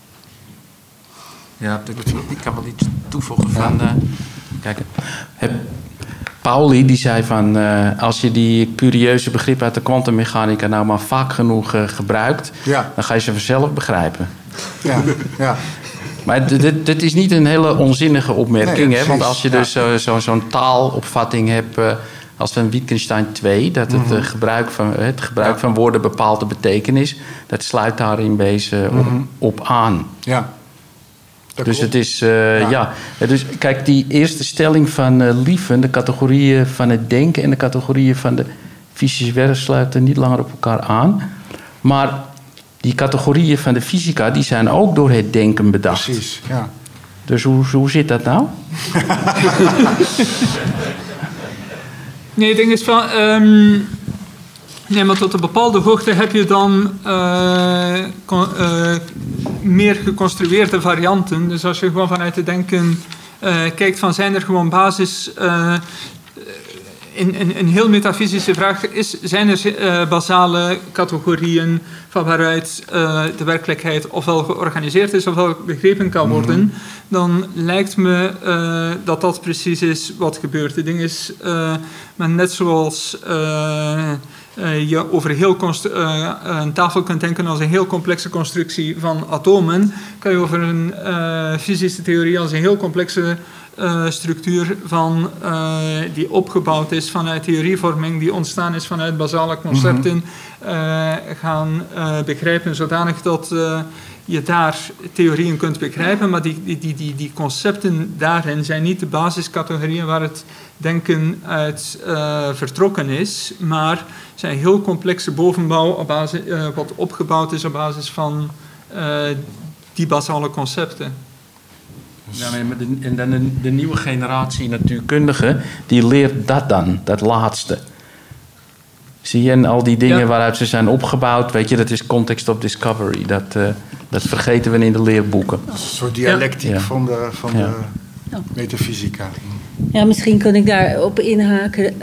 Ja, ik kan wel iets toevoegen van... Kijk, Pauli die zei van... als je die curieuze begrippen uit de kwantummechanica nou maar vaak genoeg gebruikt, dan ga je ze vanzelf begrijpen. Ja. Maar dit is niet een hele onzinnige opmerking, nee, hè? Want als je dus zo'n taalopvatting hebt als van Wittgenstein 2... dat het gebruik van woorden bepaalt de betekenis, dat sluit daar in wezen op aan. Ja. Dus het is, Dus kijk, die eerste stelling van Lieven, de categorieën van het denken en de categorieën van de fysische wereld sluiten niet langer op elkaar aan. Maar die categorieën van de fysica, die zijn ook door het denken bedacht. Precies, ja. Dus hoe zit dat nou? Nee, het ding is van... maar tot een bepaalde hoogte heb je dan meer geconstrueerde varianten. Dus als je gewoon vanuit het denken kijkt van, zijn er gewoon basis... een heel metafysische vraag is, zijn er basale categorieën van waaruit de werkelijkheid ofwel georganiseerd is ofwel begrepen kan worden, dan lijkt me dat precies is wat gebeurt. Het ding is, maar net zoals je over een tafel kunt denken als een heel complexe constructie van atomen, kan je over een fysische theorie als een heel complexe structuur van, die opgebouwd is vanuit theorievorming, die ontstaan is vanuit basale concepten, gaan begrijpen, zodanig dat je daar theorieën kunt begrijpen, maar die concepten daarin zijn niet de basiscategorieën waar het denken uit vertrokken is, maar zijn heel complexe bovenbouw op basis, wat opgebouwd is op basis van die basale concepten. Ja, en dan de nieuwe generatie natuurkundigen, die leert dat dan, dat laatste. Zie je, en al die dingen waaruit ze zijn opgebouwd, weet je, dat is context of discovery. Dat vergeten we in de leerboeken. Dat is een soort dialectiek van de metafysica. Ja, misschien kan ik daarop inhaken.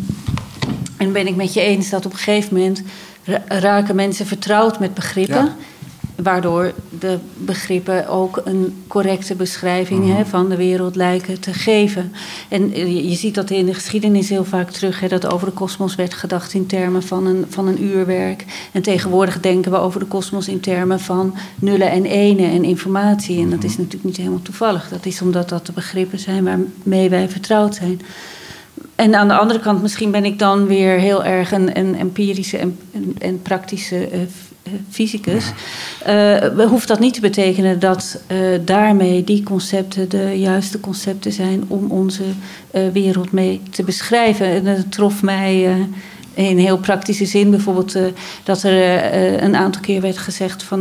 En ben ik met je eens dat op een gegeven moment raken mensen vertrouwd met begrippen. Ja. Waardoor de begrippen ook een correcte beschrijving van de wereld lijken te geven. En je ziet dat in de geschiedenis heel vaak terug, dat over de kosmos werd gedacht in termen van een uurwerk. En tegenwoordig denken we over de kosmos in termen van nullen en enen en informatie. En dat is natuurlijk niet helemaal toevallig. Dat is omdat dat de begrippen zijn waarmee wij vertrouwd zijn. En aan de andere kant, misschien ben ik dan weer heel erg een empirische en praktische fysicus. Hoeft dat niet te betekenen dat daarmee die concepten de juiste concepten zijn om onze wereld mee te beschrijven. En dat trof mij in heel praktische zin bijvoorbeeld dat er een aantal keer werd gezegd van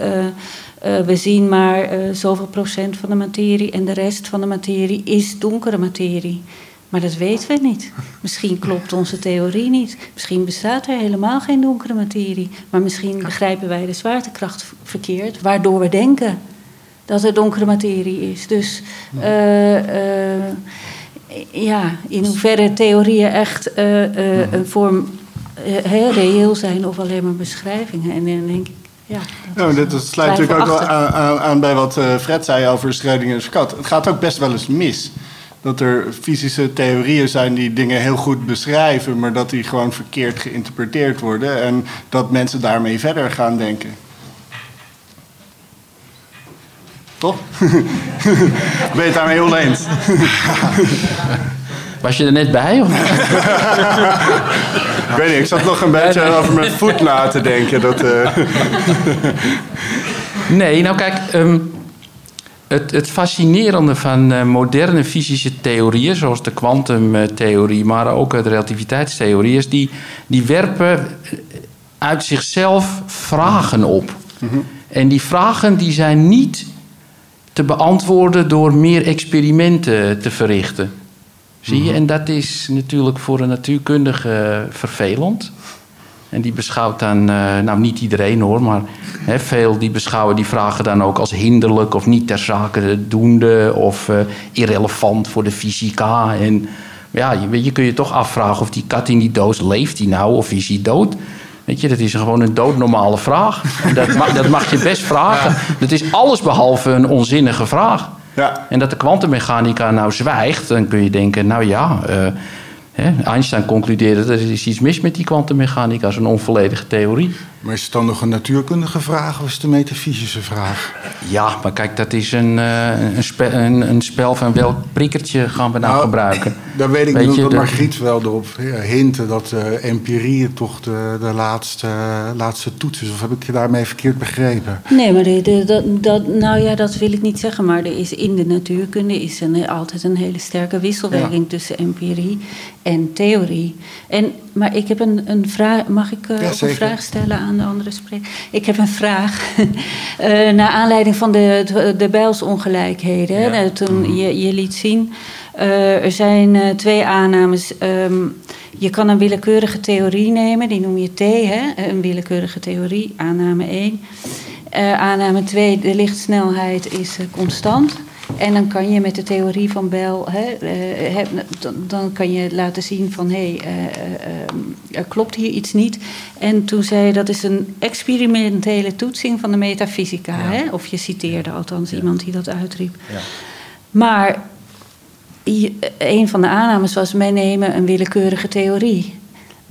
we zien maar zoveel procent van de materie en de rest van de materie is donkere materie. Maar dat weten we niet. Misschien klopt onze theorie niet. Misschien bestaat er helemaal geen donkere materie. Maar misschien begrijpen wij de zwaartekracht verkeerd, waardoor we denken dat er donkere materie is. Dus in hoeverre theorieën echt een vorm reëel zijn of alleen maar beschrijvingen. En dan denk ik, dat sluit natuurlijk ook wel aan bij wat Fred zei over Schrödinger's kat. Het gaat ook best wel eens mis. Dat er fysische theorieën zijn die dingen heel goed beschrijven, maar dat die gewoon verkeerd geïnterpreteerd worden en dat mensen daarmee verder gaan denken. Toch? Ben je het daarmee oneens? Was je er net bij? Of? Ik weet niet, ik zat nog een beetje over mijn voet na te denken. Nee, nou kijk, het fascinerende van moderne fysische theorieën, zoals de kwantumtheorie, maar ook de relativiteitstheorie, is die werpen uit zichzelf vragen op. Mm-hmm. En die vragen die zijn niet te beantwoorden door meer experimenten te verrichten. Zie je? En dat is natuurlijk voor een natuurkundige vervelend. En die beschouwt dan, niet iedereen hoor, maar veel die beschouwen die vragen dan ook als hinderlijk of niet ter zake doende of irrelevant voor de fysica. En je kun je toch afvragen of die kat in die doos, leeft die nou of is hij dood? Weet je, dat is gewoon een doodnormale vraag. En dat mag je best vragen. Dat is allesbehalve een onzinnige vraag. Ja. En dat de kwantummechanica nou zwijgt, dan kun je denken, Einstein concludeerde dat er is iets mis met die kwantummechanica, als een onvolledige theorie. Maar is het dan nog een natuurkundige vraag of is het een metafysische vraag? Ja, maar kijk, dat is een spel van welk prikkertje gaan we nou gebruiken. Daar weet ik niet dat Margriet wel erop hintte dat empirie toch de laatste toets is. Of heb ik je daarmee verkeerd begrepen? Nee, maar dat wil ik niet zeggen. Maar er is in de natuurkunde is altijd een hele sterke wisselwerking tussen empirie en theorie. Maar ik heb een vraag. Mag ik een vraag stellen aan de andere spreker? Ik heb een vraag. Naar aanleiding van de Bijlsongelijkheden. Ja. Toen je liet zien. Er zijn 2 aannames. Je kan een willekeurige theorie nemen. Die noem je T. Een willekeurige theorie. Aanname 1. Aanname 2. De lichtsnelheid is constant. En dan kan je met de theorie van Bijl, dan kan je laten zien van er klopt hier iets niet. En toen zei je dat is een experimentele toetsing van de metafysica. Ja. Of je citeerde althans iemand die dat uitriep. Ja. Maar een van de aannames was, wij nemen een willekeurige theorie.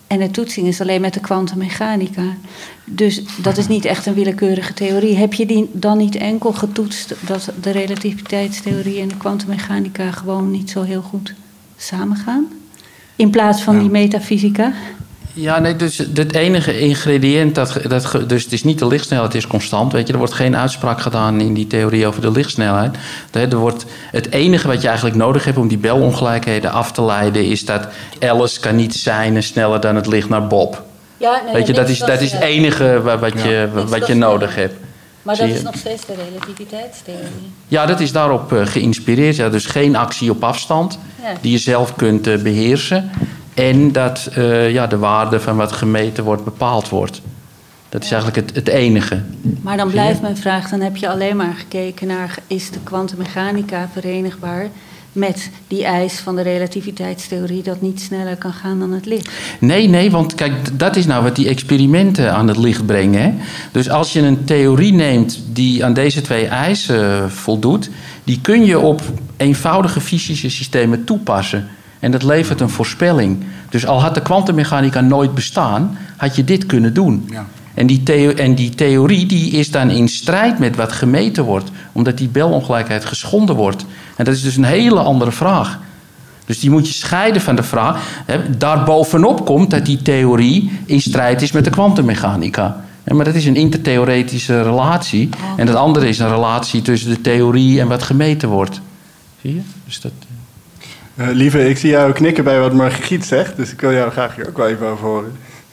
En de toetsing is alleen met de kwantummechanica. Dus dat is niet echt een willekeurige theorie. Heb je die dan niet enkel getoetst dat de relativiteitstheorie en de kwantummechanica gewoon niet zo heel goed samengaan? In plaats van die metafysica? Ja, nee, dus het enige ingrediënt, dus het is niet de lichtsnelheid, het is constant. Weet je, er wordt geen uitspraak gedaan in die theorie over de lichtsnelheid. Het enige wat je eigenlijk nodig hebt om die belongelijkheden af te leiden, is dat Alice kan niet zijn sneller dan het licht naar Bob. Ja, nee, weet je, dat is het enige wat je nodig hebt. Maar dat is nog steeds de relativiteitstheorie. Ja, dat is daarop geïnspireerd. Ja, dus geen actie op afstand, die je zelf kunt beheersen. En dat de waarde van wat gemeten wordt bepaald wordt. Dat is eigenlijk het enige. Maar dan blijft mijn vraag, dan heb je alleen maar gekeken naar, is de kwantummechanica verenigbaar met die eis van de relativiteitstheorie dat niet sneller kan gaan dan het licht? Nee, want kijk, dat is nou wat die experimenten aan het licht brengen. Hè? Dus als je een theorie neemt die aan deze twee eisen voldoet, die kun je op eenvoudige fysische systemen toepassen. En dat levert een voorspelling. Dus al had de kwantummechanica nooit bestaan, had je dit kunnen doen. Ja. En die theorie die is dan in strijd met wat gemeten wordt, omdat die belongelijkheid geschonden wordt. En dat is dus een hele andere vraag. Dus die moet je scheiden van de vraag. Daarbovenop komt dat die theorie in strijd is met de kwantummechanica. Maar dat is een intertheoretische relatie. En dat andere is een relatie tussen de theorie en wat gemeten wordt. Zie je? Dus dat... Lieve, ik zie jou knikken bij wat Margriet zegt, dus ik wil jou graag hier ook wel even over horen.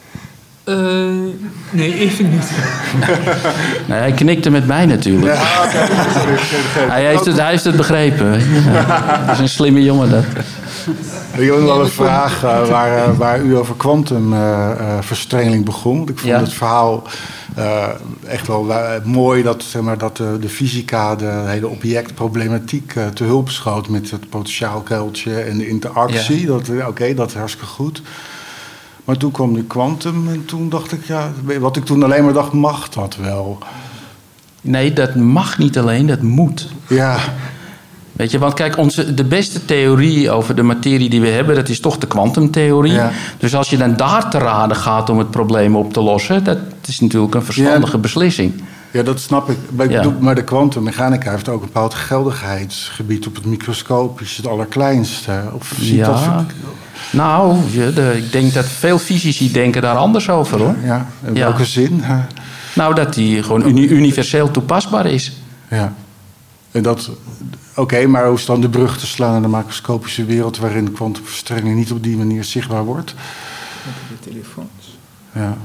Nee, even niet. Nee, hij knikte met mij natuurlijk. Ja, okay. Hij heeft het begrepen. Ja, dat is een slimme jongen dat. Ik heb wel een vraag waar u over kwantumverstrengeling begon. Ik vond het verhaal echt wel mooi dat de fysica de hele objectproblematiek te hulp schoot met het potentiaalkuiltje en de interactie. Ja. Dat is hartstikke goed. Maar toen kwam de kwantum en toen dacht ik, wat ik toen alleen maar dacht, mag dat wel? Nee, dat mag niet alleen, dat moet. Ja. Weet je, want kijk, de beste theorie over de materie die we hebben, dat is toch de kwantumtheorie. Ja. Dus als je dan daar te raden gaat om het probleem op te lossen, dat is natuurlijk een verstandige beslissing. Ja, dat snap ik. Maar de kwantummechanica heeft ook een bepaald geldigheidsgebied op het microscopisch, het allerkleinste. Of ziet dat... Nou, ik denk dat veel fysici denken daar anders over, hoor. Ja, in welke zin? Nou, dat die gewoon universeel toepasbaar is. Ja. En dat... Oké, maar hoe is dan de brug te slaan naar de macroscopische wereld, waarin kwantumverstrengeling niet op die manier zichtbaar wordt? Met de telefoons. Ja.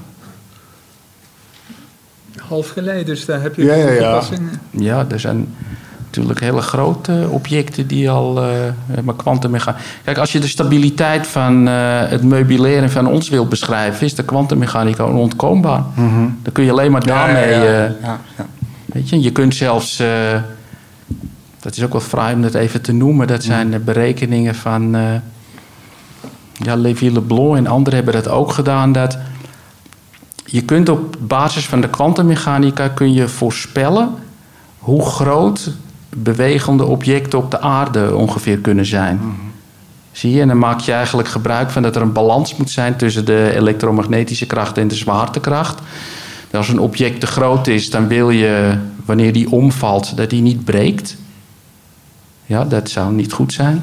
Halfgeleiders, daar heb je toepassingen. Ja, er zijn natuurlijk hele grote objecten die al met kwantummechanica... Kijk, als je de stabiliteit van het meubileren van ons wilt beschrijven, is de kwantummechanica onontkoombaar. Mm-hmm. Dan kun je alleen maar daarmee... Weet je kunt zelfs... dat is ook wel fraai om dat even te noemen. Dat zijn berekeningen van Lévy-Leblanc en anderen hebben dat ook gedaan. Dat je kunt op basis van de kwantummechanica kun je voorspellen hoe groot bewegende objecten op de aarde ongeveer kunnen zijn. Mm-hmm. Zie je? En dan maak je eigenlijk gebruik van dat er een balans moet zijn tussen de elektromagnetische kracht en de zwaartekracht. Als een object te groot is, dan wil je, wanneer die omvalt, dat die niet breekt. Ja, dat zou niet goed zijn.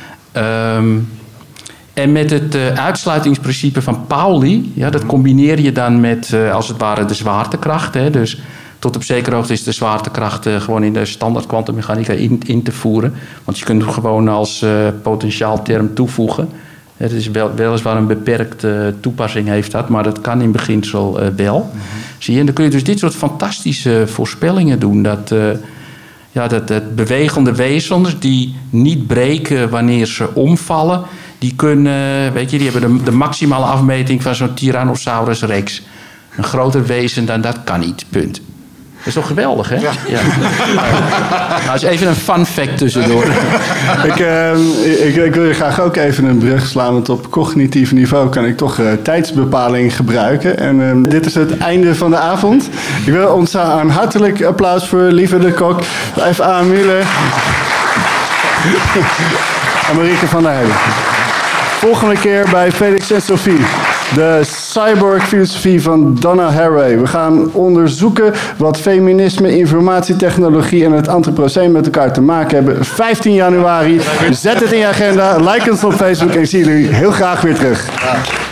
En met het uitsluitingsprincipe van Pauli, dat combineer je dan met, als het ware, de zwaartekracht. Hè. Dus tot op zekere hoogte is de zwaartekracht gewoon in de standaard kwantummechanica in te voeren. Want je kunt het gewoon als potentiaalterm toevoegen. Het is weliswaar een beperkte toepassing heeft dat, maar dat kan in beginsel wel. Mm-hmm. Zie je? En dan kun je dus dit soort fantastische voorspellingen doen. Dat bewegende wezens die niet breken wanneer ze omvallen, die kunnen, die hebben de maximale afmeting van zo'n Tyrannosaurus Rex. Een groter wezen dan dat kan niet, punt. Dat is toch geweldig, hè? Ja. Nou, is even een fun fact tussendoor. Ik wil je graag ook even een brug slaan, want op cognitief niveau kan ik toch tijdsbepaling gebruiken. En dit is het einde van de avond. Ik wil ons een hartelijk applaus voor Lieve de Kok, F.A. Müller en Marieke van der Heijden. Volgende keer bij Felix en Sophie. De cyborg-filosofie van Donna Haraway. We gaan onderzoeken wat feminisme, informatietechnologie en het antropoceen met elkaar te maken hebben. 15 januari. Zet het in je agenda. Like ons op Facebook en ik zie jullie heel graag weer terug.